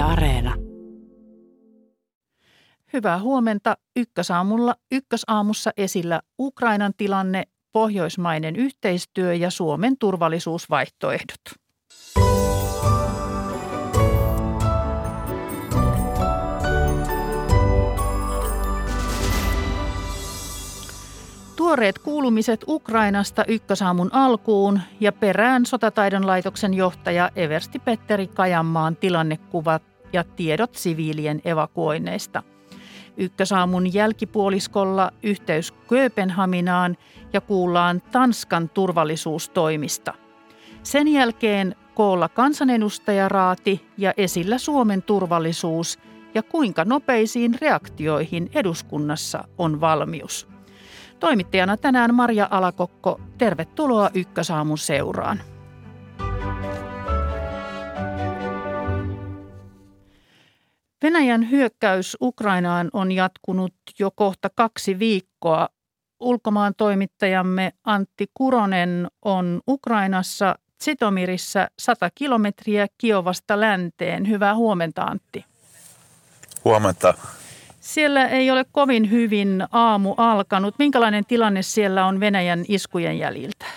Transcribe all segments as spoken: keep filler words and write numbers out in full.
Areena. Hyvää huomenta. Ykkösaamulla, ykkösaamussa esillä Ukrainan tilanne, pohjoismainen yhteistyö ja Suomen turvallisuusvaihtoehdot. Tuoreet kuulumiset Ukrainasta ykkösaamun alkuun ja perään Sotataidon laitoksen johtaja Eversti Petteri Kajanmaan tilannekuvat ja tiedot siviilien evakuoinneista. Ykkösaamun jälkipuoliskolla yhteys Kööpenhaminaan ja kuullaan Tanskan turvallisuustoimista. Sen jälkeen koolla kansanedustajaraati ja esillä Suomen turvallisuus ja kuinka nopeisiin reaktioihin eduskunnassa on valmius. Toimittajana tänään Marja Alakokko. Tervetuloa Ykkösaamun seuraan. Venäjän hyökkäys Ukrainaan on jatkunut jo kohta kaksi viikkoa. Ulkomaan toimittajamme Antti Kuronen on Ukrainassa Zhytomyrissa sata kilometriä Kiovasta länteen. Hyvää huomenta, Antti. Huomenta. Siellä ei ole kovin hyvin aamu alkanut. Minkälainen tilanne siellä on Venäjän iskujen jäljiltä?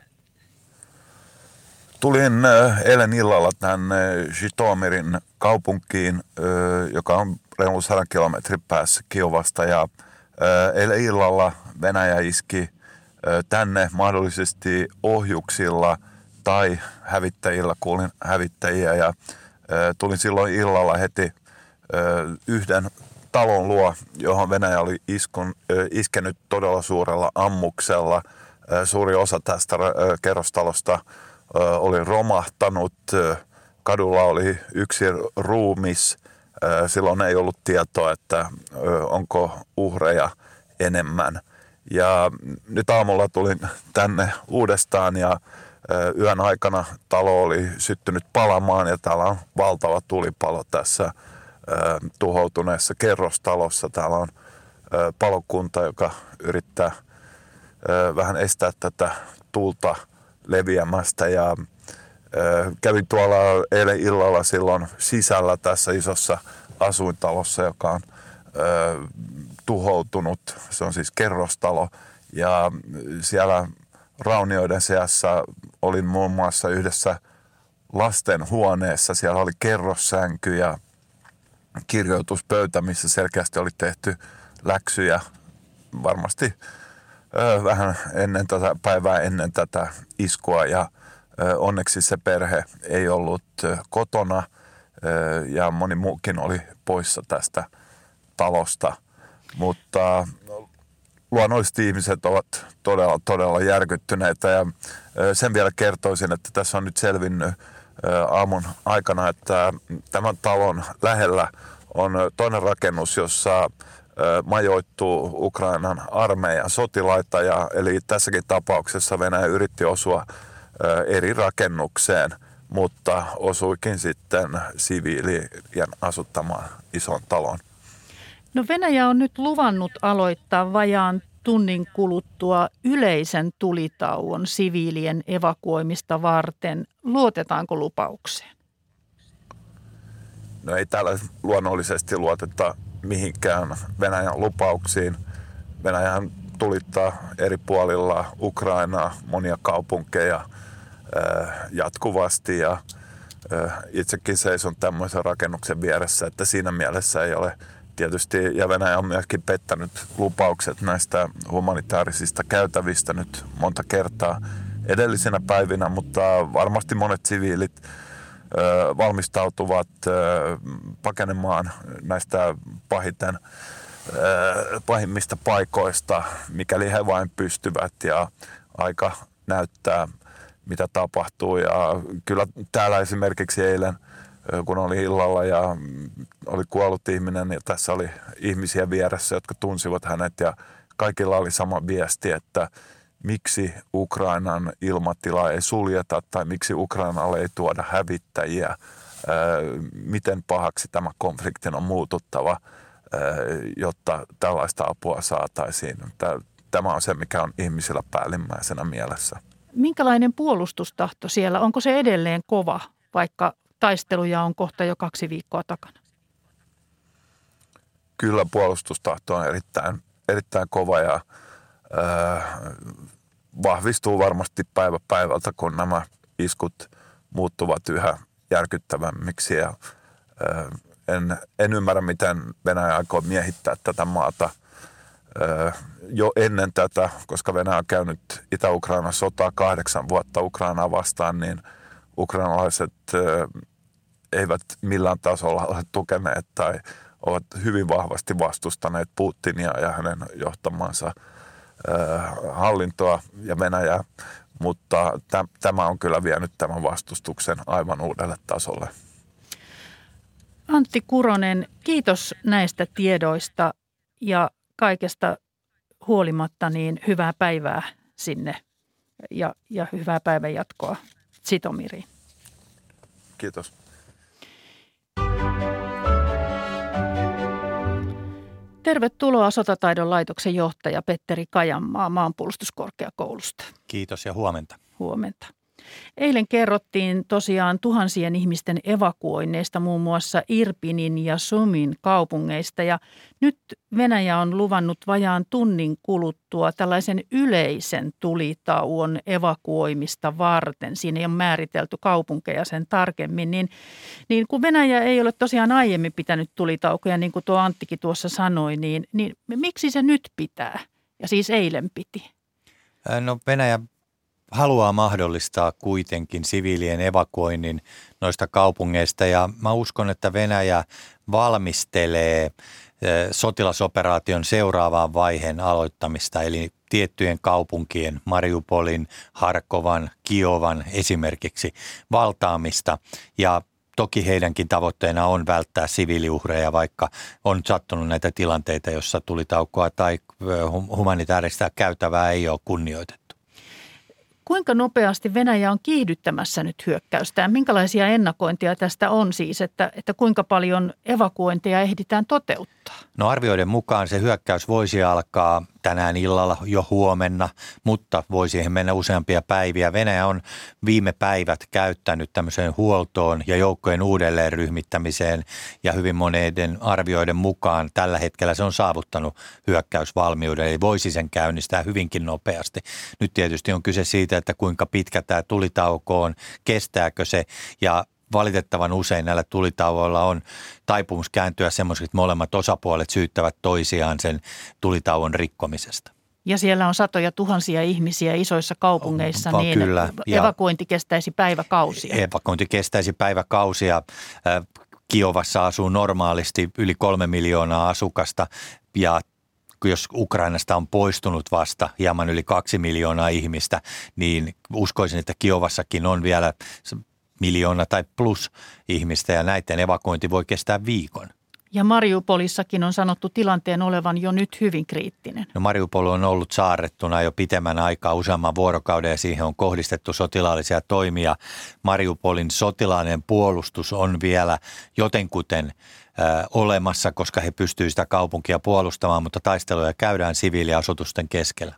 Tulin eilen illalla tänne Zhytomyrin kaupunkiin, joka on reilun sadan kilometrin päässä Kiovasta. Ja eilen illalla Venäjä iski tänne mahdollisesti ohjuksilla tai hävittäjillä, kuulin hävittäjiä. Ja tulin silloin illalla heti yhden talon luo, johon Venäjä oli iskun, iskenyt todella suurella ammuksella. Suuri osa tästä kerrostalosta oli romahtanut. Kadulla oli yksi ruumis. Silloin ei ollut tietoa, että onko uhreja enemmän. Ja nyt aamulla tulin tänne uudestaan ja yön aikana talo oli syttynyt palamaan ja täällä on valtava tulipalo tässä tuhoutuneessa kerrostalossa. Täällä on palokunta, joka yrittää vähän estää tätä tulta leviämästä. Ja kävin tuolla eilen illalla silloin sisällä tässä isossa asuintalossa, joka on tuhoutunut. Se on siis kerrostalo. Ja siellä raunioiden seassa olin muun muassa yhdessä lasten huoneessa. Siellä oli kerrossänky ja kirjoituspöytä, missä selkeästi oli tehty läksyjä varmasti ö, vähän ennen tätä päivää ennen tätä iskua. Ja ö, onneksi se perhe ei ollut ö, kotona ö, ja moni muukin oli poissa tästä talosta. Mutta luonnollisesti ihmiset ovat todella, todella järkyttyneitä ja ö, sen vielä kertoisin, että tässä on nyt selvinnyt aamun aikana, että tämän talon lähellä on toinen rakennus, jossa majoittuu Ukrainan armeijan sotilaita. Ja, eli tässäkin tapauksessa Venäjä yritti osua eri rakennukseen, mutta osuikin sitten siviilien asuttamaan ison talon. No Venäjä on nyt luvannut aloittaa vajaan tunnin kuluttua yleisen tulitauon siviilien evakuoimista varten. Luotetaanko lupaukseen? No ei täällä luonnollisesti luoteta mihinkään Venäjän lupauksiin. Venäjähän tulittaa eri puolilla Ukrainaa monia kaupunkeja jatkuvasti ja itsekin seison tämmöisen rakennuksen vieressä, että siinä mielessä ei ole tietysti, ja Venäjä on myöskin pettänyt lupaukset näistä humanitaarisista käytävistä nyt monta kertaa edellisinä päivinä, mutta varmasti monet siviilit ö, valmistautuvat ö, pakenemaan näistä pahiten, ö, pahimmista paikoista, mikäli he vain pystyvät, ja aika näyttää, mitä tapahtuu. Ja kyllä täällä esimerkiksi eilen, kun oli illalla ja oli kuollut ihminen ja tässä oli ihmisiä vieressä, jotka tunsivat hänet ja kaikilla oli sama viesti, että miksi Ukrainan ilmatila ei suljeta tai miksi Ukrainalle ei tuoda hävittäjiä, miten pahaksi tämä konfliktin on muututtava, jotta tällaista apua saataisiin. Tämä on se, mikä on ihmisillä päällimmäisenä mielessä. Minkälainen puolustustahto siellä? Onko se edelleen kova, vaikka taisteluja on kohta jo kaksi viikkoa takana. Kyllä puolustustahto on erittäin, erittäin kova ja äh, vahvistuu varmasti päivä päivältä, kun nämä iskut muuttuvat yhä järkyttävämmiksi. Ja, äh, en, en ymmärrä, miten Venäjä aikoo miehittää tätä maata äh, jo ennen tätä, koska Venäjä on käynyt Itä-Ukrainan sotaa kahdeksan vuotta Ukrainaa vastaan, niin ukrainalaiset äh, eivät millään tasolla ole tukeneet tai ovat hyvin vahvasti vastustaneet Putinia ja hänen johtamansa äh, hallintoa ja Venäjää, mutta täm, tämä on kyllä vienyt tämän vastustuksen aivan uudelle tasolle. Antti Kuronen, kiitos näistä tiedoista ja kaikesta huolimatta niin hyvää päivää sinne ja, ja hyvää päivän jatkoa Žitomiriin. Kiitos. Tervetuloa Sotataidon laitoksen johtaja Petteri Kajanmaa Maanpuolustuskorkeakoulusta. Kiitos ja huomenta. Huomenta. Eilen kerrottiin tosiaan tuhansien ihmisten evakuoinneista muun muassa Irpinin ja Sumin kaupungeista ja nyt Venäjä on luvannut vajaan tunnin kuluttua tällaisen yleisen tulitauon evakuoimista varten. Siinä ei ole määritelty kaupunkeja sen tarkemmin, niin, niin kun Venäjä ei ole tosiaan aiemmin pitänyt tulitaukoja, niin kuin tuo Anttikin tuossa sanoi, niin, niin miksi se nyt pitää ja siis eilen piti? No Venäjä haluaa mahdollistaa kuitenkin siviilien evakuoinnin noista kaupungeista ja mä uskon, että Venäjä valmistelee sotilasoperaation seuraavaan vaiheen aloittamista, eli tiettyjen kaupunkien, Mariupolin, Harkovan, Kiovan esimerkiksi valtaamista ja toki heidänkin tavoitteena on välttää siviiliuhreja, vaikka on sattunut näitä tilanteita, jossa tulitaukoa tai humanitaarista käytävää ei ole kunnioitettu. Kuinka nopeasti Venäjä on kiihdyttämässä nyt hyökkäystä ja minkälaisia ennakointia tästä on siis, että, että kuinka paljon evakuointeja ehditään toteuttaa? No arvioiden mukaan se hyökkäys voisi alkaa tänään illalla jo huomenna, mutta voi siihen mennä useampia päiviä. Venäjä on viime päivät käyttänyt tämmöiseen huoltoon ja joukkojen uudelleen ryhmittämiseen ja hyvin moneiden arvioiden mukaan tällä hetkellä se on saavuttanut hyökkäysvalmiuden, eli voisi sen käynnistää hyvinkin nopeasti. Nyt tietysti on kyse siitä, että kuinka pitkä tämä tulitauko on, kestääkö se ja valitettavan usein näillä tulitauoilla on taipumus kääntyä semmoiseksi, että molemmat osapuolet syyttävät toisiaan sen tulitauon rikkomisesta. Ja siellä on satoja tuhansia ihmisiä isoissa kaupungeissa, Va, niin kyllä. evakuointi kestäisi päiväkausia. Evakuointi kestäisi päiväkausia. Kiovassa asuu normaalisti yli kolme miljoonaa asukasta ja jos Ukrainasta on poistunut vasta hieman yli kaksi miljoonaa ihmistä, niin uskoisin, että Kiovassakin on vielä miljoona tai plus ihmistä ja näiden evakuointi voi kestää viikon. Ja Mariupolissakin on sanottu tilanteen olevan jo nyt hyvin kriittinen. No Mariupol on ollut saarrettuna jo pitemmän aikaa useamman vuorokauden ja siihen on kohdistettu sotilaallisia toimia. Mariupolin sotilainen puolustus on vielä jotenkuten äh, olemassa, koska he pystyvät sitä kaupunkia puolustamaan, mutta taisteluja käydään siviiliasutusten keskellä.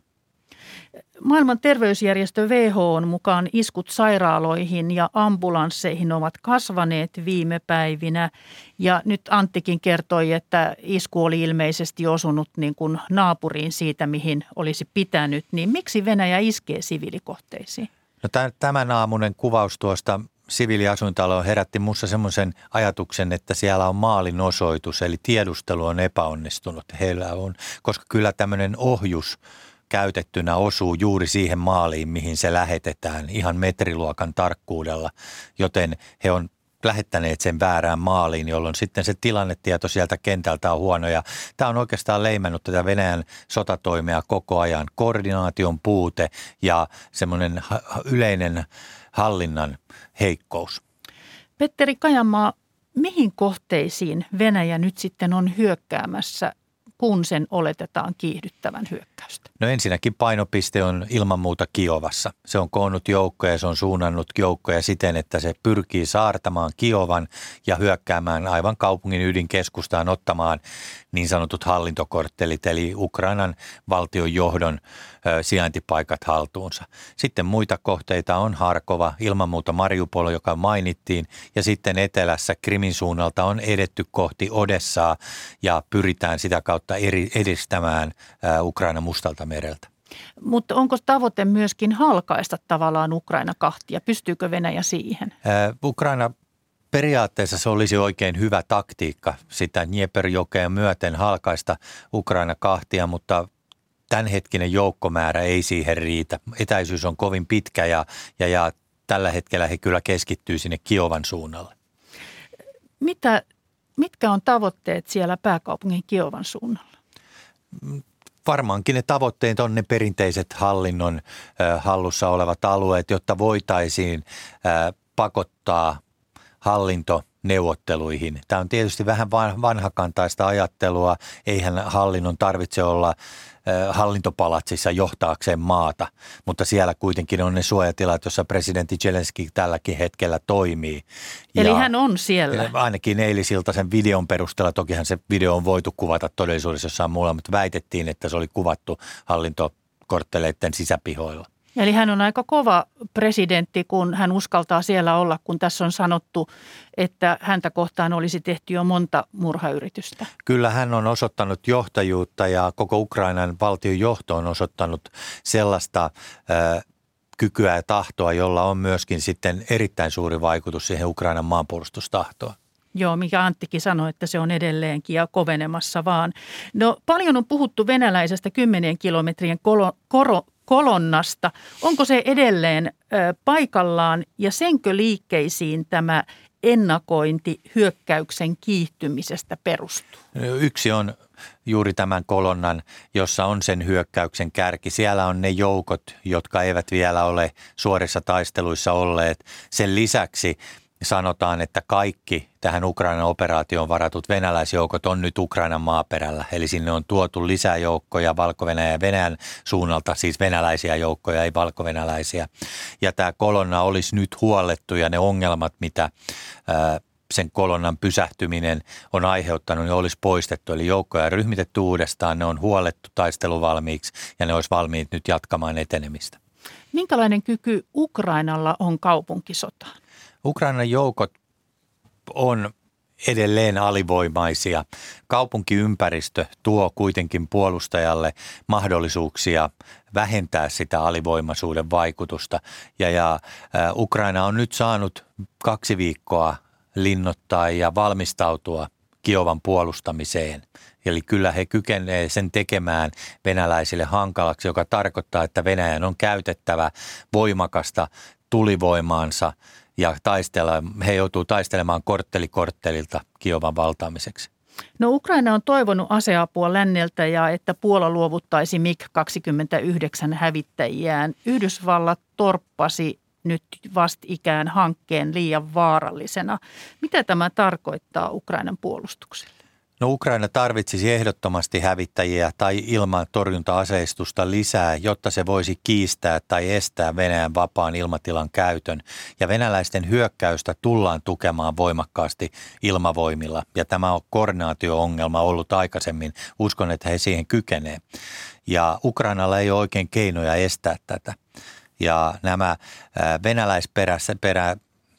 Maailman terveysjärjestö W H O:n mukaan iskut sairaaloihin ja ambulansseihin ovat kasvaneet viime päivinä. Ja nyt Anttikin kertoi, että isku oli ilmeisesti osunut niin kuin naapuriin siitä, mihin olisi pitänyt. Niin miksi Venäjä iskee siviilikohteisiin? No tämän aamunen kuvaus tuosta siviiliasuintaloon herätti minussa semmoisen ajatuksen, että siellä on maalin osoitus, eli tiedustelu on epäonnistunut. Heillä on, koska kyllä tämmöinen ohjus käytettynä osuu juuri siihen maaliin, mihin se lähetetään ihan metriluokan tarkkuudella, joten he on lähettäneet sen väärään maaliin, jolloin sitten se tilannetieto sieltä kentältä on huono. Ja tämä on oikeastaan leimannut tätä Venäjän sotatoimea koko ajan. Koordinaation puute ja semmoinen yleinen hallinnan heikkous. Petteri Kajanmaa, mihin kohteisiin Venäjä nyt sitten on hyökkäämässä? kun sen oletetaan kiihdyttävän hyökkäystä? No ensinnäkin painopiste on ilman muuta Kiovassa. Se on koonnut joukkoja ja se on suunnannut joukkoja siten, että se pyrkii saartamaan Kiovan ja hyökkäämään aivan kaupungin ydinkeskustaan, ottamaan niin sanotut hallintokorttelit eli Ukrainan valtion johdon ö, sijaintipaikat haltuunsa. Sitten muita kohteita on Harkova, ilman muuta Mariupol, joka mainittiin, ja sitten etelässä Krimin suunnalta on edetty kohti Odessaa ja pyritään sitä kautta eri, edistämään ö, Ukraina Mustalta mereltä. Mutta onko tavoite myöskin halkaista tavallaan Ukraina kahtia? Pystyykö Venäjä siihen? Ö, Ukraina periaatteessa se olisi oikein hyvä taktiikka sitä Dnieper-jokea myöten halkaista Ukraina kahtia, mutta tämänhetkinen joukkomäärä ei siihen riitä. Etäisyys on kovin pitkä ja, ja, ja tällä hetkellä he kyllä keskittyy sinne Kiovan suunnalle. Mitä, mitkä on tavoitteet siellä pääkaupungin Kiovan suunnalla? Varmaankin ne tavoitteet on ne perinteiset hallinnon äh, hallussa olevat alueet, jotta voitaisiin äh, pakottaa hallinto neuvotteluihin. Tämä on tietysti vähän vanhakantaista ajattelua. Eihän hallinnon tarvitse olla hallintopalatsissa johtaakseen maata, mutta siellä kuitenkin on ne suojatilat, joissa presidentti Zelenski tälläkin hetkellä toimii. Eli ja hän on siellä. Ainakin eilisilta sen videon perusteella, tokihan se video on voitu kuvata todellisuudessa jossain muulla, mutta väitettiin, että se oli kuvattu hallintokortteleiden sisäpihoilla. Eli hän on aika kova presidentti, kun hän uskaltaa siellä olla, kun tässä on sanottu, että häntä kohtaan olisi tehty jo monta murhayritystä. Kyllä hän on osoittanut johtajuutta ja koko Ukrainan valtion johto on osoittanut sellaista äh, kykyä ja tahtoa, jolla on myöskin sitten erittäin suuri vaikutus siihen Ukrainan maanpuolustustahtoon. Joo, mikä Anttikin sanoi, että se on edelleenkin ja kovenemassa vaan. No paljon on puhuttu venäläisestä kymmenien kilometrien kolo, koro, kolonnasta. Onko se edelleen ö, paikallaan ja senkö liikkeisiin tämä ennakointi hyökkäyksen kiihtymisestä perustuu? Yksi on juuri tämän kolonnan, jossa on sen hyökkäyksen kärki. Siellä on ne joukot, jotka eivät vielä ole suorissa taisteluissa olleet. Sen lisäksi sanotaan, että kaikki tähän Ukrainan operaatioon varatut venäläisjoukot on nyt Ukrainan maaperällä. Eli sinne on tuotu lisää joukkoja Valko-Venäjän ja Venäjän suunnalta, siis venäläisiä joukkoja, ei valko-venäläisiä. Ja tämä kolonna olisi nyt huollettu ja ne ongelmat, mitä ää, sen kolonnan pysähtyminen on aiheuttanut, ne olisi poistettu. Eli joukkoja on ryhmitetty uudestaan, ne on huollettu taisteluvalmiiksi ja ne olisi valmiit nyt jatkamaan etenemistä. Minkälainen kyky Ukrainalla on kaupunkisotaan? Ukrainan joukot on edelleen alivoimaisia. Kaupunkiympäristö tuo kuitenkin puolustajalle mahdollisuuksia vähentää sitä alivoimaisuuden vaikutusta. Ja, ja ä, Ukraina on nyt saanut kaksi viikkoa linnoittaa ja valmistautua Kiovan puolustamiseen. Eli kyllä he kykenevät sen tekemään venäläisille hankalaksi, joka tarkoittaa, että Venäjän on käytettävä voimakasta tulivoimaansa ja taistella, he joutuu taistelemaan kortteli korttelilta Kiovan valtaamiseksi. No Ukraina on toivonut aseapua länneltä ja että Puola luovuttaisi M I G kaksikymmentäyhdeksän hävittäjiään. Yhdysvallat torppasi nyt vastikään hankkeen liian vaarallisena. Mitä tämä tarkoittaa Ukrainan puolustukselle? No Ukraina tarvitsisi ehdottomasti hävittäjiä tai ilman torjunta-aseistusta lisää, jotta se voisi kiistää tai estää Venäjän vapaan ilmatilan käytön. Ja venäläisten hyökkäystä tullaan tukemaan voimakkaasti ilmavoimilla. Ja tämä on koordinaatio-ongelma ollut aikaisemmin. Uskon, että he siihen kykenee. Ja Ukrainalla ei ole oikein keinoja estää tätä. Ja nämä venäläisperässä perä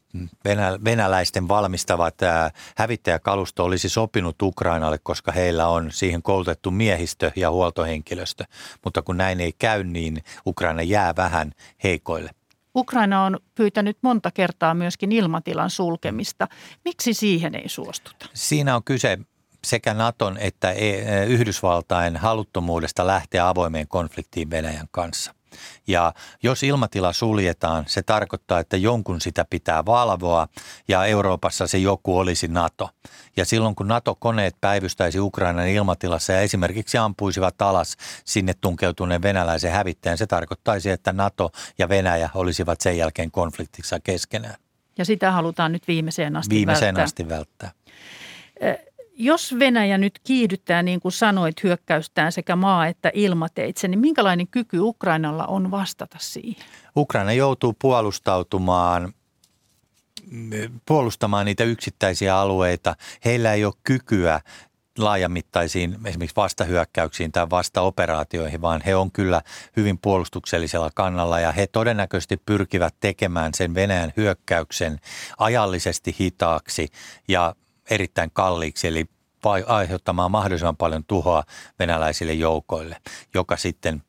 venäläisten valmistavat hävittäjäkalusto olisi sopinut Ukrainalle, koska heillä on siihen koulutettu miehistö ja huoltohenkilöstö. Mutta kun näin ei käy, niin Ukraina jää vähän heikoille. Ukraina on pyytänyt monta kertaa myöskin ilmatilan sulkemista. Miksi siihen ei suostuta? Siinä on kyse sekä Naton että Yhdysvaltain haluttomuudesta lähteä avoimeen konfliktiin Venäjän kanssa. Ja jos ilmatila suljetaan, se tarkoittaa, että jonkun sitä pitää valvoa ja Euroopassa se joku olisi NATO. Ja silloin kun NATO-koneet päivystäisi Ukrainan ilmatilassa ja esimerkiksi ampuisivat alas sinne tunkeutuneen venäläisen hävittäjän, se tarkoittaisi, että NATO ja Venäjä olisivat sen jälkeen konfliktissa keskenään. Ja sitä halutaan nyt viimeiseen asti viimeiseen välttää. asti välttää. Jos Venäjä nyt kiihdyttää, niin kuin sanoit, hyökkäystään sekä maa- että ilmateitse, niin minkälainen kyky Ukrainalla on vastata siihen? Ukraina joutuu puolustautumaan, puolustamaan niitä yksittäisiä alueita. Heillä ei ole kykyä laajamittaisiin esimerkiksi vastahyökkäyksiin tai vastaoperaatioihin, vaan he on kyllä hyvin puolustuksellisella kannalla ja he todennäköisesti pyrkivät tekemään sen Venäjän hyökkäyksen ajallisesti hitaaksi ja erittäin kalliiksi, eli aiheuttamaan mahdollisimman paljon tuhoa venäläisille joukoille, joka sitten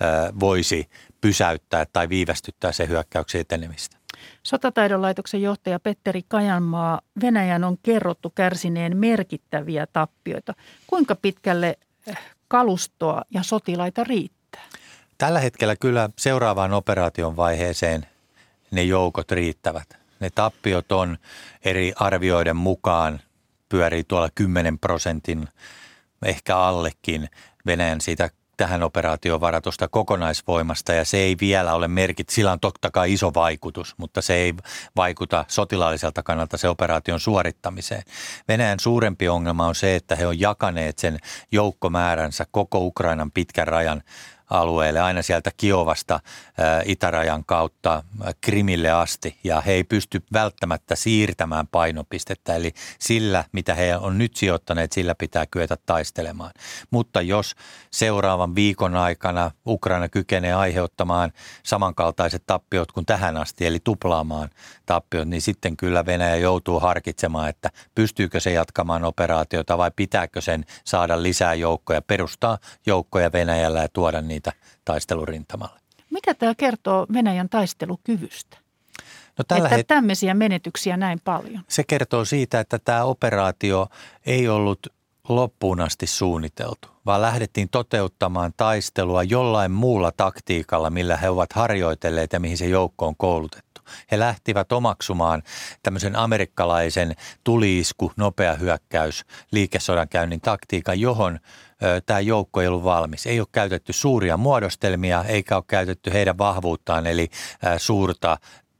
voisi pysäyttää tai viivästyttää se hyökkäyksen etenemistä. Sotataidon laitoksen johtaja Petteri Kajanmaa, Venäjän on kerrottu kärsineen merkittäviä tappioita. Kuinka pitkälle kalustoa ja sotilaita riittää? Tällä hetkellä kyllä seuraavaan operaation vaiheeseen ne joukot riittävät. Ne tappiot on eri arvioiden mukaan pyörii tuolla kymmenen prosentin, ehkä allekin Venäjän siitä tähän operaatioon varatusta kokonaisvoimasta ja se ei vielä ole merkit, sillä on totta kai iso vaikutus, mutta se ei vaikuta sotilaalliselta kannalta se operaation suorittamiseen. Venäjän suurempi ongelma on se, että he on jakaneet sen joukkomääränsä koko Ukrainan pitkän rajan alueelle, aina sieltä Kiovasta ä, itärajan kautta ä, Krimille asti ja he ei pysty välttämättä siirtämään painopistettä, eli sillä, mitä he on nyt sijoittaneet, sillä pitää kyetä taistelemaan. Mutta jos seuraavan viikon aikana Ukraina kykenee aiheuttamaan samankaltaiset tappiot kuin tähän asti, eli tuplaamaan tappiot, niin sitten kyllä Venäjä joutuu harkitsemaan, että pystyykö se jatkamaan operaatiota vai pitääkö sen saada lisää joukkoja, perustaa joukkoja Venäjällä ja tuoda niitä taistelurintamalle. Mitä tämä kertoo Venäjän taistelukyvystä? No tällä että het- tämmöisiä menetyksiä näin paljon. Se kertoo siitä, että tämä operaatio ei ollut loppuun asti suunniteltu, vaan lähdettiin toteuttamaan taistelua jollain muulla taktiikalla, millä he ovat harjoitelleet ja mihin se joukko on koulutettu. He lähtivät omaksumaan tämmöisen amerikkalaisen tuli-isku, nopea hyökkäys, liikesodankäynnin taktiikan, johon ö, tämä joukko ei ollut valmis. Ei ole käytetty suuria muodostelmia eikä ole käytetty heidän vahvuuttaan, eli ö, suurta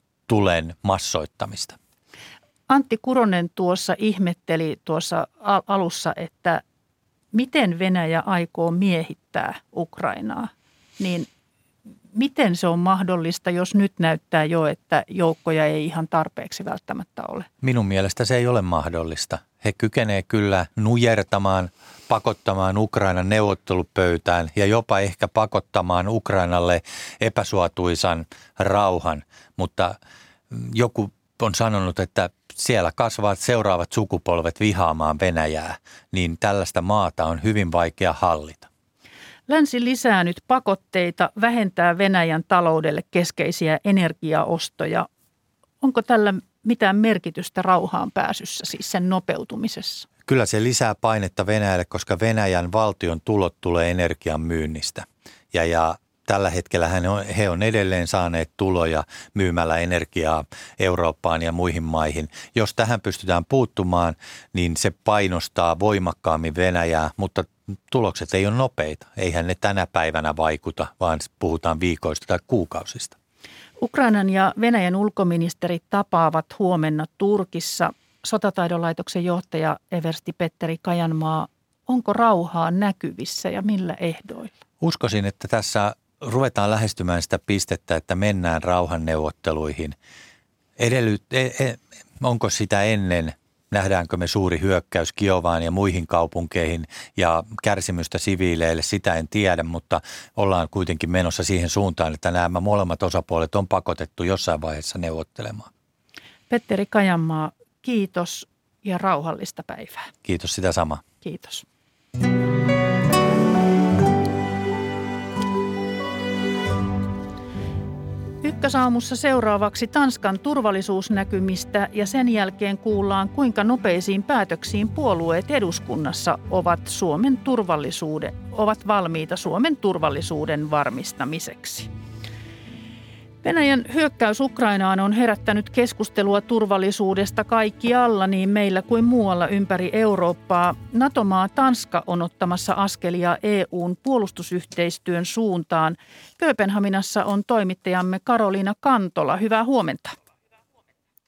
tulen massoittamista. Antti Kuronen tuossa ihmetteli tuossa alussa, että miten Venäjä aikoo miehittää Ukrainaa, niin miten se on mahdollista, jos nyt näyttää jo, että joukkoja ei ihan tarpeeksi välttämättä ole? Minun mielestä se ei ole mahdollista. He kykenevät kyllä nujertamaan, pakottamaan Ukrainan neuvottelupöytään ja jopa ehkä pakottamaan Ukrainalle epäsuotuisan rauhan, mutta joku on sanonut, että siellä kasvavat seuraavat sukupolvet vihaamaan Venäjää, niin tällaista maata on hyvin vaikea hallita. Länsi lisää nyt pakotteita, vähentää Venäjän taloudelle keskeisiä energiaostoja. Onko tällä mitään merkitystä rauhaan pääsyssä, siis sen nopeutumisessa? Kyllä se lisää painetta Venäjälle, koska Venäjän valtion tulot tulee energian myynnistä. Ja, ja tällä hetkellä he on edelleen saaneet tuloja myymällä energiaa Eurooppaan ja muihin maihin. Jos tähän pystytään puuttumaan, niin se painostaa voimakkaammin Venäjää, mutta tulokset ei ole nopeita. Eihän ne tänä päivänä vaikuta, vaan puhutaan viikoista tai kuukausista. Ukrainan ja Venäjän ulkoministerit tapaavat huomenna Turkissa. Sotataidon laitoksen johtaja eversti Petteri Kajanmaa, onko rauhaa näkyvissä ja millä ehdoilla? Uskoisin, että tässä ruvetaan lähestymään sitä pistettä, että mennään rauhanneuvotteluihin. Edellyt, e, e, onko sitä ennen, nähdäänkö me suuri hyökkäys Kiovaan ja muihin kaupunkeihin ja kärsimystä siviileille, sitä en tiedä, mutta ollaan kuitenkin menossa siihen suuntaan, että nämä molemmat osapuolet on pakotettu jossain vaiheessa neuvottelemaan. Petteri Kajanmaa, kiitos ja rauhallista päivää. Kiitos, sitä sama. Kiitos. Ykkösaamussa seuraavaksi Tanskan turvallisuusnäkymistä ja sen jälkeen kuullaan, kuinka nopeisiin päätöksiin puolueet eduskunnassa ovat, Suomen turvallisuuden, ovat valmiita Suomen turvallisuuden varmistamiseksi. Venäjän hyökkäys Ukrainaan on herättänyt keskustelua turvallisuudesta kaikkialla niin meillä kuin muualla ympäri Eurooppaa. NATO-maa Tanska on ottamassa askelia E U:n puolustusyhteistyön suuntaan. Kööpenhaminassa on toimittajamme Karoliina Kantola. Hyvää huomenta.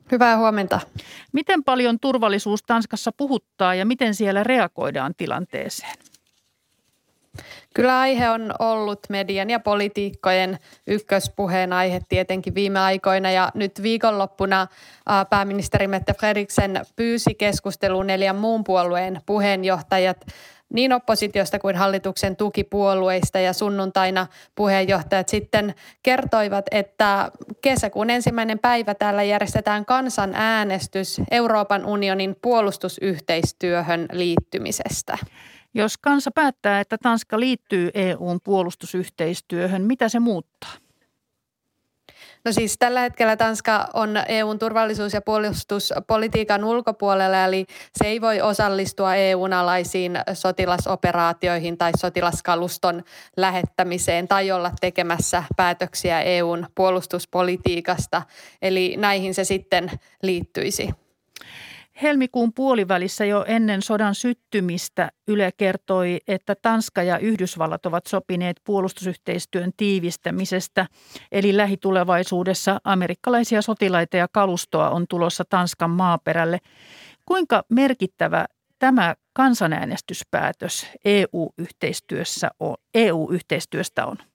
Hyvää huomenta. Miten paljon turvallisuus Tanskassa puhuttaa ja miten siellä reagoidaan tilanteeseen? Kyllä aihe on ollut median ja politiikkojen ykköspuheenaihe tietenkin viime aikoina ja nyt viikonloppuna pääministeri Mette Frederiksen pyysi keskusteluun neljän muun puolueen puheenjohtajat niin oppositiosta kuin hallituksen tukipuolueista ja sunnuntaina puheenjohtajat sitten kertoivat, että kesäkuun ensimmäinen päivä täällä järjestetään kansanäänestys Euroopan unionin puolustusyhteistyöhön liittymisestä. Jos kansa päättää, että Tanska liittyy E U:n puolustusyhteistyöhön, mitä se muuttaa? No siis tällä hetkellä Tanska on E U:n turvallisuus- ja puolustuspolitiikan ulkopuolella, eli se ei voi osallistua E U:n alaisiin sotilasoperaatioihin tai sotilaskaluston lähettämiseen tai olla tekemässä päätöksiä E U:n puolustuspolitiikasta, eli näihin se sitten liittyisi. Helmikuun puolivälissä jo ennen sodan syttymistä Yle kertoi, että Tanska ja Yhdysvallat ovat sopineet puolustusyhteistyön tiivistämisestä. Eli lähitulevaisuudessa amerikkalaisia sotilaita ja kalustoa on tulossa Tanskan maaperälle. Kuinka merkittävä tämä kansanäänestyspäätös E U-yhteistyössä on, E U-yhteistyöstä on?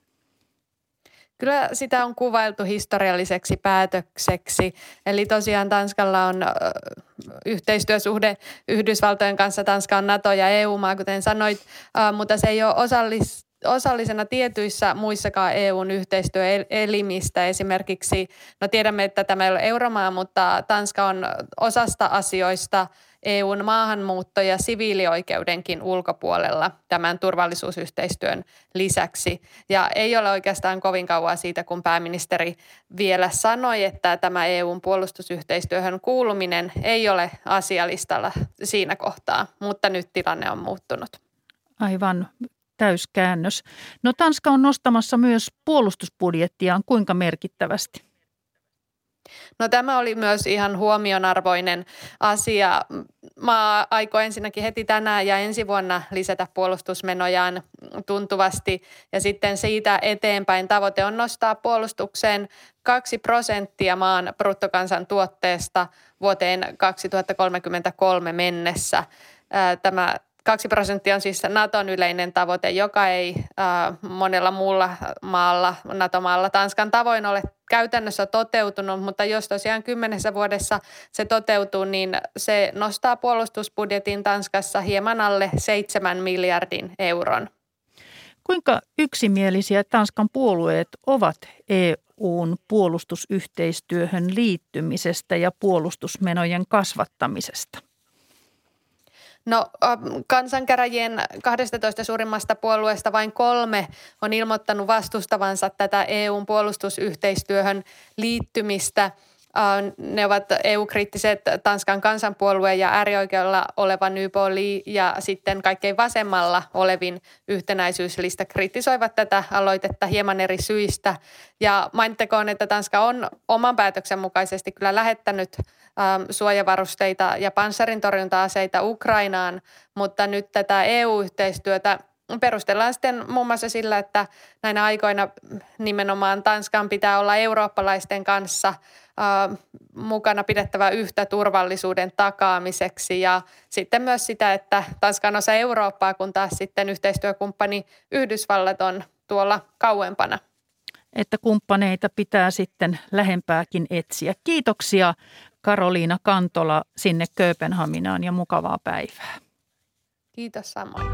Kyllä sitä on kuvailtu historialliseksi päätökseksi. Eli tosiaan Tanskalla on yhteistyösuhde Yhdysvaltojen kanssa. Tanska on NATO- ja E U-maa, kuten sanoit, mutta se ei ole osallis, osallisena tietyissä muissakaan E U:n yhteistyöelimistä. Esimerkiksi, no tiedämme, että tämä ei ole euromaa, mutta Tanska on osasta asioista E U:n maahanmuutto- ja siviilioikeudenkin ulkopuolella tämän turvallisuusyhteistyön lisäksi. Ja ei ole oikeastaan kovin kauan siitä, kun pääministeri vielä sanoi, että tämä E U:n puolustusyhteistyöhön kuuluminen ei ole asialistalla siinä kohtaa, mutta nyt tilanne on muuttunut. Aivan täyskäännös. No Tanska on nostamassa myös puolustusbudjettiaan kuinka merkittävästi? No tämä oli myös ihan huomionarvoinen asia. Maa aikoo ensinnäkin heti tänään ja ensi vuonna lisätä puolustusmenojaan tuntuvasti ja sitten siitä eteenpäin tavoite on nostaa puolustukseen kaksi prosenttia maan bruttokansantuotteesta vuoteen kaksituhattakolmekymmentäkolme mennessä. Tämä Kaksi prosenttia on siis Naton yleinen tavoite, joka ei äh, monella muulla maalla, NATO-maalla Tanskan tavoin ole käytännössä toteutunut, mutta jos tosiaan kymmenessä vuodessa se toteutuu, niin se nostaa puolustusbudjetin Tanskassa hieman alle seitsemän miljardin euron. Kuinka yksimielisiä Tanskan puolueet ovat E U:n puolustusyhteistyöhön liittymisestä ja puolustusmenojen kasvattamisesta? No kansankäräjien kahdestatoista suurimmasta puolueesta vain kolme on ilmoittanut vastustavansa tätä E U:n puolustusyhteistyöhön liittymistä. Ne ovat E U-kriittiset Tanskan kansanpuolue ja äärioikealla oleva Nypoli ja sitten kaikkein vasemmalla olevin yhtenäisyyslista kritisoivat tätä aloitetta hieman eri syistä. Ja mainittakoon, että Tanska on oman päätöksen mukaisesti kyllä lähettänyt ähm, suojavarusteita ja panssarintorjunta-aseita Ukrainaan, mutta nyt tätä E U-yhteistyötä perustellaan sitten muun muassa sillä, että näinä aikoina nimenomaan Tanskan pitää olla eurooppalaisten kanssa äh, mukana pidettävä yhtä turvallisuuden takaamiseksi ja sitten myös sitä, että Tanska on osa Eurooppaa, kun taas sitten yhteistyökumppani Yhdysvallat on tuolla kauempana. Että kumppaneita pitää sitten lähempääkin etsiä. Kiitoksia Karoliina Kantola sinne Kööpenhaminaan ja mukavaa päivää. Kiitos samoin.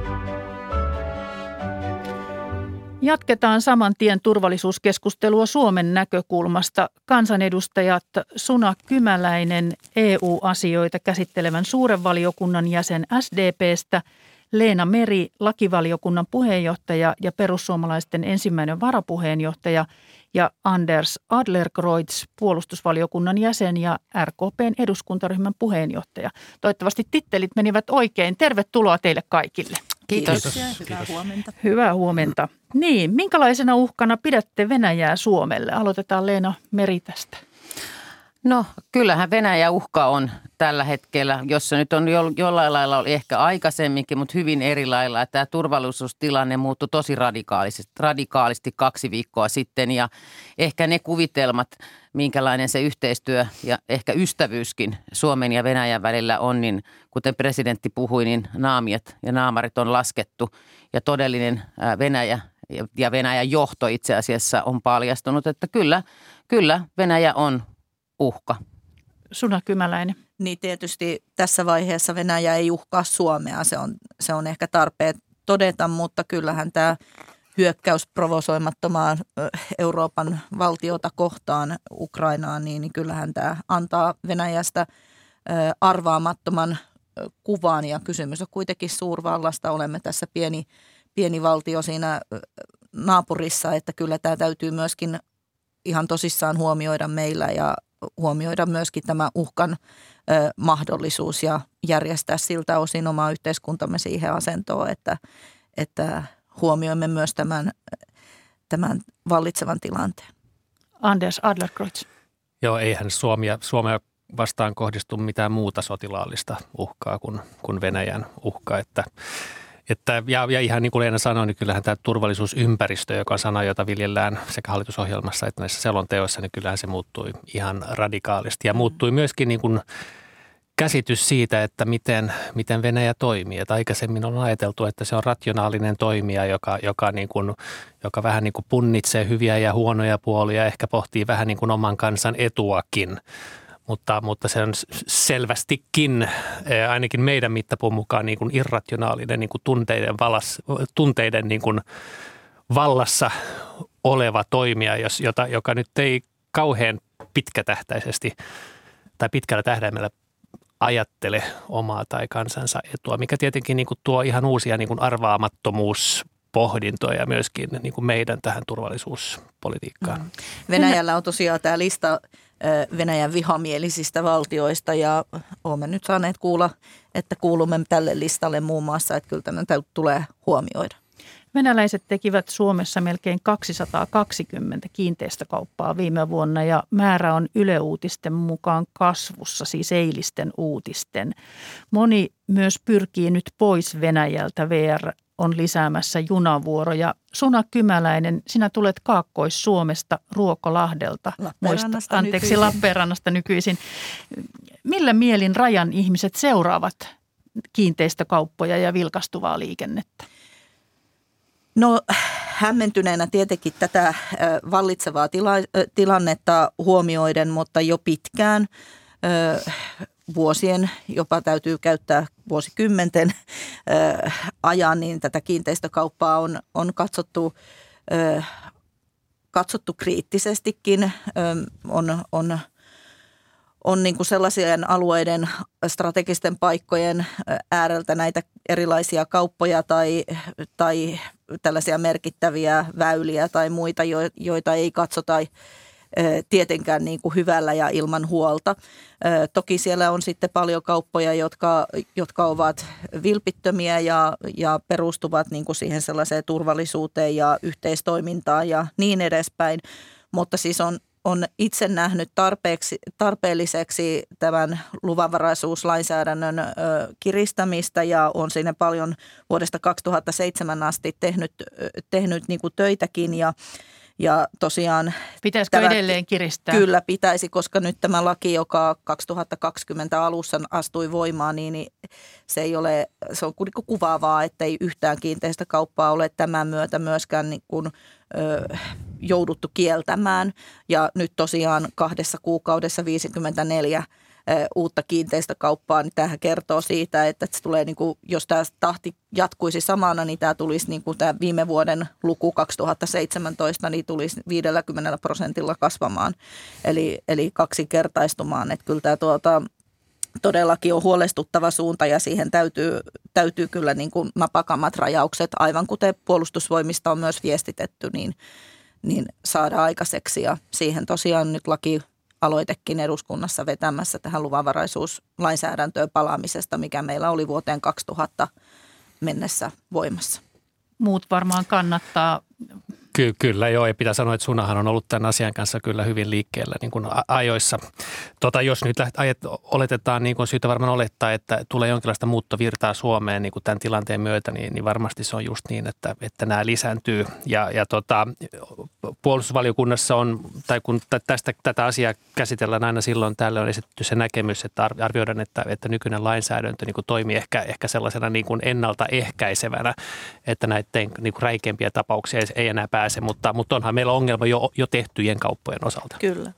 Jatketaan saman tien turvallisuuskeskustelua Suomen näkökulmasta. Kansanedustajat Suna Kymäläinen E U-asioita käsittelevän suuren valiokunnan jäsen S D P:stä, Leena Meri, lakivaliokunnan puheenjohtaja ja perussuomalaisten ensimmäinen varapuheenjohtaja ja Anders Adlercreutz, puolustusvaliokunnan jäsen ja R K P:n eduskuntaryhmän puheenjohtaja. Toivottavasti tittelit menivät oikein. Tervetuloa teille kaikille. Kiitos. Kiitos. Hyvää huomenta. Hyvää huomenta. Niin, minkälaisena uhkana pidätte Venäjää Suomelle? Aloitetaan Leena Meri tästä. No kyllähän Venäjä uhka on tällä hetkellä, jossa nyt on jo, jollain lailla oli ehkä aikaisemminkin, mutta hyvin eri lailla. Tämä turvallisuustilanne muuttui tosi radikaalisti, radikaalisti kaksi viikkoa sitten ja ehkä ne kuvitelmat, minkälainen se yhteistyö ja ehkä ystävyyskin Suomen ja Venäjän välillä on, niin kuten presidentti puhui, niin naamiot ja naamarit on laskettu ja todellinen Venäjä ja Venäjän johto itse asiassa on paljastunut, että kyllä, kyllä Venäjä on uhka. Suna Kymäläinen. Niin tietysti tässä vaiheessa Venäjä ei uhkaa Suomea, se on, se on ehkä tarpeen todeta, mutta kyllähän tämä hyökkäys provosoimattomaan Euroopan valtiota kohtaan Ukrainaan, niin, niin kyllähän tämä antaa Venäjästä arvaamattoman kuvan ja kysymys on kuitenkin suurvallasta. Olemme tässä pieni, pieni valtio siinä naapurissa, että kyllä tämä täytyy myöskin ihan tosissaan huomioida meillä ja huomioida myöskin tämä uhkan ö, mahdollisuus ja järjestää siltä osin omaa yhteiskuntamme siihen asentoon, että, että huomioimme myös tämän, tämän vallitsevan tilanteen. Anders Adlercreutz. Joo, eihän Suomia, Suomea vastaan kohdistu mitään muuta sotilaallista uhkaa kuin, kuin Venäjän uhka, että Että, ja, ja ihan niin kuin Leena sanoi, niin kyllähän tämä turvallisuusympäristö, joka on sana, jota viljellään sekä hallitusohjelmassa että näissä selonteoissa, niin kyllähän se muuttui ihan radikaalisti. Ja muuttui myöskin niin kuin käsitys siitä, että miten, miten Venäjä toimii. Että aikaisemmin on ajateltu, että se on rationaalinen toimija, joka, joka, niin kuin, joka vähän niin kuin punnitsee hyviä ja huonoja puolia, ehkä pohtii vähän niin kuin oman kansan etuakin. Mutta, mutta se on selvästikin, ainakin meidän mittapuun mukaan, niin kuin irrationaalinen niin kuin tunteiden, valas, tunteiden niin kuin vallassa oleva toimija, jos, jota, joka nyt ei kauhean pitkätähtäisesti tai pitkällä tähtäimellä ajattele omaa tai kansansa etua, mikä tietenkin niin kuin tuo ihan uusia niin kuin arvaamattomuuspohdintoja myöskin niin kuin meidän tähän turvallisuuspolitiikkaan. Mm. Venäjällä on tosiaan tämä lista Venäjän vihamielisistä valtioista ja olemme nyt saaneet kuulla, että kuulumme tälle listalle muun muassa, että kyllä tämä tulee huomioida. Venäläiset tekivät Suomessa melkein kaksisataakaksikymmentä kiinteistökauppaa viime vuonna ja määrä on Yle Uutisten mukaan kasvussa, siis eilisten uutisten. Moni myös pyrkii nyt pois Venäjältä. V R on lisäämässä junavuoroja. Suna Kymäläinen, sinä tulet Kaakkois-Suomesta Ruokolahdelta. Lappeenrannasta anteeksi, nykyisin. Lappeenrannasta nykyisin. Millä mielin rajan ihmiset seuraavat kiinteistökauppoja ja vilkastuvaa liikennettä? No hämmentyneenä tietenkin tätä vallitsevaa tila, tilannetta huomioiden, mutta jo pitkään vuosien, jopa täytyy käyttää vuosikymmenten ajan, niin tätä kiinteistökauppaa on, on katsottu, katsottu kriittisestikin. On, on, on niin kuin sellaisien alueiden strategisten paikkojen ääreltä näitä erilaisia kauppoja tai, tai tällaisia merkittäviä väyliä tai muita, joita ei katsota tietenkään niin kuin hyvällä ja ilman huolta. Toki siellä on sitten paljon kauppoja, jotka, jotka ovat vilpittömiä ja, ja perustuvat niin kuin siihen sellaiseen turvallisuuteen ja yhteistoimintaan ja niin edespäin. Mutta siis on, on itse nähnyt tarpeeksi, tarpeelliseksi tämän luvanvaraisuuslainsäädännön ö, kiristämistä ja on siinä paljon vuodesta kaksituhattaseitsemän asti tehnyt, tehnyt niin kuin töitäkin ja Ja tosiaan pitäisikö tämä edelleen kiristää? Kyllä pitäisi, koska nyt tämä laki, joka kaksituhattakaksikymmentä alussa astui voimaan, niin se ei ole, se on kuvaavaa, että ei yhtään kiinteistökauppaa ole tämän myötä myöskään niin kuin, ö, jouduttu kieltämään. Ja nyt tosiaan kahdessa kuukaudessa viisikymmentäneljä uutta kiinteistökauppaa, niin tämähän kertoo siitä, että se tulee, niin kuin, jos tämä tahti jatkuisi samana, niin tämä tulisi niin kuin tämä viime vuoden luku kaksituhattaseitsemäntoista, niin tulisi viidelläkymmenellä prosentilla kasvamaan, eli, eli kaksinkertaistumaan, että kyllä tämä tuota, todellakin on huolestuttava suunta ja siihen täytyy, täytyy kyllä niin kuin napakammat rajaukset, aivan kuten puolustusvoimista on myös viestitetty, niin, niin saada aikaiseksi ja siihen tosiaan nyt laki aloitekin eduskunnassa vetämässä tähän luvanvaraisuuslainsäädäntöön palaamisesta, mikä meillä oli vuoteen kaksituhatta mennessä voimassa. Muut varmaan kannattaa Ky- kyllä joo, ja pitää sanoa, että Sunahan on ollut tämän asian kanssa kyllä hyvin liikkeellä niin kuin ajoissa. Tota, jos nyt läht, ajet, oletetaan, niin kuin syytä varmaan olettaa, että tulee jonkinlaista muuttovirtaa Suomeen niin kuin tämän tilanteen myötä, niin, niin varmasti se on just niin, että, että nämä lisääntyy. Ja, ja tota, puolustusvaliokunnassa on, tai kun tästä, tätä asiaa käsitellään aina silloin, täällä on esitetty se näkemys, että arvioidaan, että, että nykyinen lainsäädäntö niin kuin toimii ehkä, ehkä sellaisena niin kuin ennaltaehkäisevänä, että näiden niin kuin räikeimpiä tapauksia ei enää pääse, mutta, mutta onhan meillä ongelma jo, jo tehtyjen kauppojen osalta. Kyllä.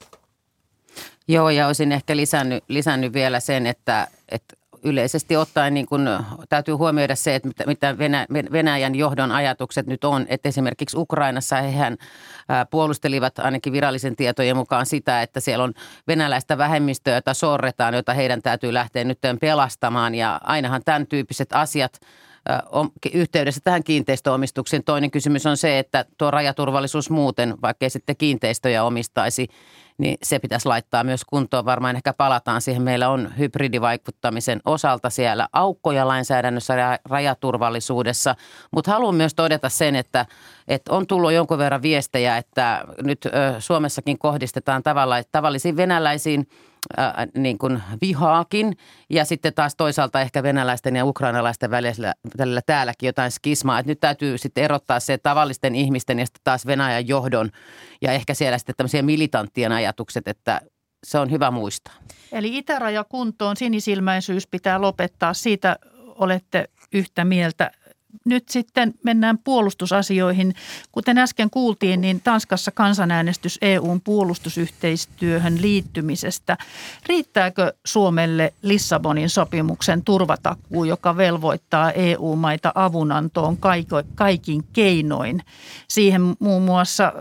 Joo, ja olisin ehkä lisännyt, lisännyt vielä sen, että, että yleisesti ottaen niin kun, täytyy huomioida se, että mitä Venä, Venäjän johdon ajatukset nyt on, että esimerkiksi Ukrainassa hehän puolustelivat ainakin virallisen tietojen mukaan sitä, että siellä on venäläistä vähemmistöä, jota sorretaan, jota heidän täytyy lähteä nyt pelastamaan, ja ainahan tämän tyyppiset asiat on yhteydessä tähän kiinteistöomistukseen. Toinen kysymys on se, että tuo rajaturvallisuus muuten, vaikka ei sitten kiinteistöjä omistaisi, niin se pitäisi laittaa myös kuntoon. Varmaan ehkä palataan siihen. Meillä on hybridivaikuttamisen osalta siellä aukkoja lainsäädännössä ja rajaturvallisuudessa, mutta haluan myös todeta sen, että, että on tullut jonkun verran viestejä, että nyt Suomessakin kohdistetaan tavalla, tavallisiin venäläisiin Äh, niin kuin vihaakin, ja sitten taas toisaalta ehkä venäläisten ja ukrainalaisten välillä, välillä täälläkin jotain skismaa, että nyt täytyy sitten erottaa se tavallisten ihmisten ja sitten taas Venäjän johdon ja ehkä siellä sitten tämmöisiä militanttien ajatukset, että se on hyvä muistaa. Eli itäraja kuntoon, sinisilmäisyys pitää lopettaa, siitä olette yhtä mieltä. Nyt sitten mennään puolustusasioihin. Kuten äsken kuultiin, niin Tanskassa kansanäänestys E U:n puolustusyhteistyöhön liittymisestä. Riittääkö Suomelle Lissabonin sopimuksen turvatakuu, joka velvoittaa E U-maita avunantoon kaikin keinoin? Siihen muun muassa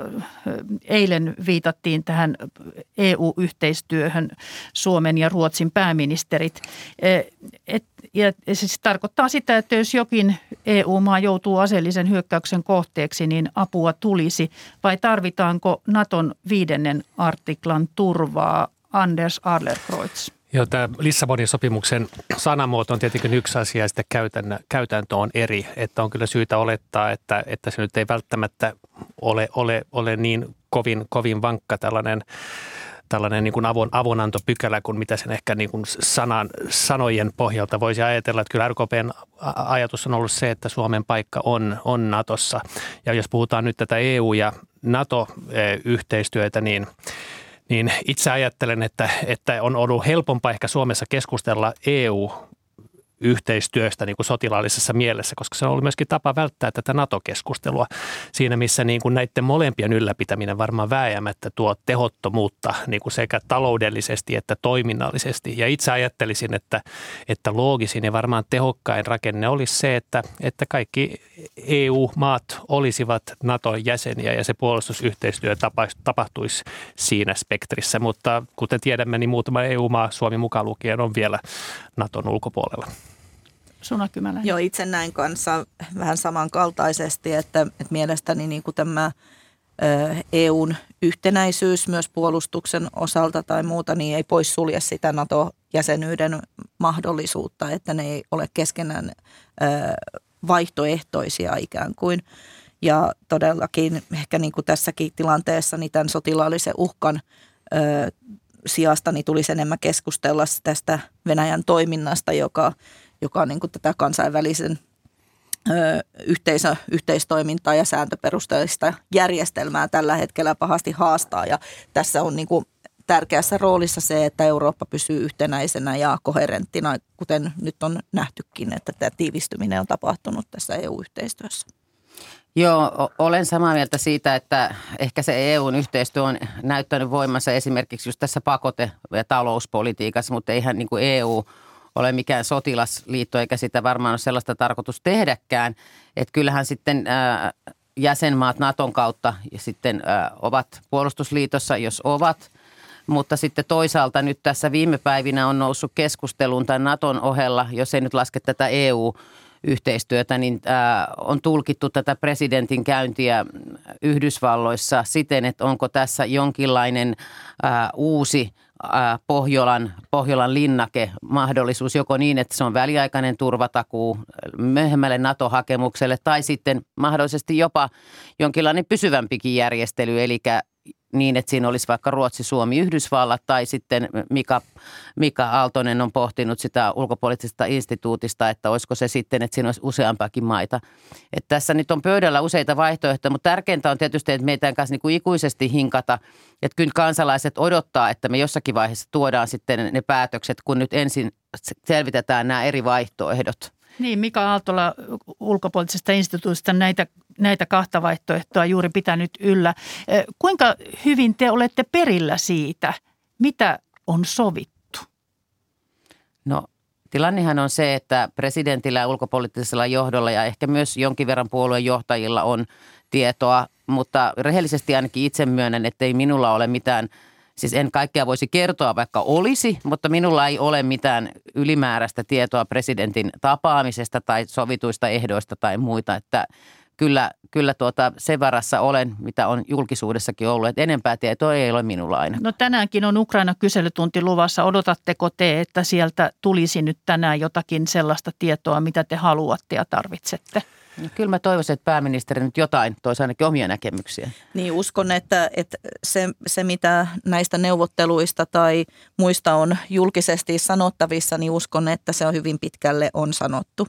eilen viitattiin tähän E U-yhteistyöhön Suomen ja Ruotsin pääministerit. Et, ja se siis tarkoittaa sitä, että jos jokin E U-maa joutuu aseellisen hyökkäyksen kohteeksi, niin apua tulisi. Vai tarvitaanko Naton viidennen artiklan turvaa? Anders Adlercreutz. Joo, tämä Lissabonin sopimuksen sanamuoto on tietenkin yksi asia ja sitten käytäntö, käytäntö on eri. Että on kyllä syytä olettaa, että, että se nyt ei välttämättä ole, ole, ole niin kovin, kovin vankka tällainen tällainen niin kuin avun, avunantopykälä kuin mitä sen ehkä niin kuin sanan, sanojen pohjalta voisi ajatella. Että kyllä R K P:n ajatus on ollut se, että Suomen paikka on, on Natossa. Ja jos puhutaan nyt tätä E U- ja NATO-yhteistyötä, niin niin itse ajattelen, että, että on ollut helpompaa ehkä Suomessa keskustella E U-yhteistyöstä niin kuin sotilaallisessa mielessä, koska se on ollut myöskin tapa välttää tätä NATO-keskustelua siinä, missä niin kuin näiden molempien ylläpitäminen varmaan vääjäämättä tuo tehottomuutta niin kuin sekä taloudellisesti että toiminnallisesti. Ja itse ajattelisin, että, että loogisin ja varmaan tehokkain rakenne olisi se, että, että kaikki E U-maat olisivat NATO-jäseniä ja se puolustusyhteistyö tapahtuisi siinä spektrissä. Mutta kuten tiedämme, niin muutama E U-maa, Suomi mukaan lukien, on vielä Naton ulkopuolella. Suna Kymäläinen. Joo, itse näin kanssa vähän samankaltaisesti, että, että mielestäni niin kuin tämä E U:n yhtenäisyys myös puolustuksen osalta tai muuta, niin ei poissulje sitä NATO-jäsenyyden mahdollisuutta, että ne ei ole keskenään vaihtoehtoisia ikään kuin. Ja todellakin ehkä niin kuin tässäkin tilanteessa niin tämän sotilaallisen uhkan sijasta niin tulisi enemmän keskustella tästä Venäjän toiminnasta, joka, joka on niin kuin tätä kansainvälisen ö, yhteisö, yhteistoimintaa ja sääntöperusteista järjestelmää tällä hetkellä pahasti haastaa. Ja tässä on niin kuin tärkeässä roolissa se, että Eurooppa pysyy yhtenäisenä ja koherenttina, kuten nyt on nähtykin, että tämä tiivistyminen on tapahtunut tässä E U-yhteistyössä. Joo, olen samaa mieltä siitä, että ehkä se E U:n yhteistyö on näyttänyt voimassa esimerkiksi just tässä pakote- ja talouspolitiikassa, mutta eihän niin kuin E U ole mikään sotilasliitto eikä sitä varmaan ole sellaista tarkoitus tehdäkään. Että kyllähän sitten ää, jäsenmaat Naton kautta ja sitten ää, ovat puolustusliitossa, jos ovat. Mutta sitten toisaalta nyt tässä viime päivinä on noussut keskusteluun tämän Naton ohella, jos ei nyt laske tätä E U yhteistyötä, niin äh, on tulkittu tätä presidentin käyntiä Yhdysvalloissa siten, että onko tässä jonkinlainen äh, uusi ää, Pohjolan, Pohjolan linnake mahdollisuus joko niin, että se on väliaikainen turvatakuu myöhemmälle NATO-hakemukselle tai sitten mahdollisesti jopa jonkinlainen pysyvämpikin järjestely, eli niin, että siinä olisi vaikka Ruotsi, Suomi, Yhdysvallat tai sitten Mika, Mika Aaltonen on pohtinut sitä ulkopoliittisesta instituutista, että olisiko se sitten, että siinä olisi useampakin maita. Että tässä nyt on pöydällä useita vaihtoehtoja, mutta tärkeintä on tietysti, että meidän kanssa niin kuin ikuisesti hinkata, että kyllä kansalaiset odottaa, että me jossakin vaiheessa tuodaan sitten ne päätökset, kun nyt ensin selvitetään nämä eri vaihtoehdot. Niin, Mika Aaltola ulkopoliittisesta instituutista näitä, näitä kahta vaihtoehtoa juuri pitänyt yllä. Kuinka hyvin te olette perillä siitä, mitä on sovittu? No tilannehan on se, että presidentillä ja ulkopoliittisella johdolla ja ehkä myös jonkin verran puolueen johtajilla on tietoa, mutta rehellisesti ainakin itse myönnän, että ei minulla ole mitään. Siis en kaikkea voisi kertoa, vaikka olisi, mutta minulla ei ole mitään ylimääräistä tietoa presidentin tapaamisesta tai sovituista ehdoista tai muita. Että kyllä, kyllä tuota, sen varassa olen, mitä on julkisuudessakin ollut, että enempää tietoa ei ole minulla aina. No tänäänkin on Ukraina-kyselytunti luvassa. Odotatteko te, että sieltä tulisi nyt tänään jotakin sellaista tietoa, mitä te haluatte ja tarvitsette? No, kyllä mä toivoisin, että pääministeri nyt jotain toisi ainakin omia näkemyksiä. Niin uskon, että, että se, se mitä näistä neuvotteluista tai muista on julkisesti sanottavissa, niin uskon, että se on hyvin pitkälle on sanottu.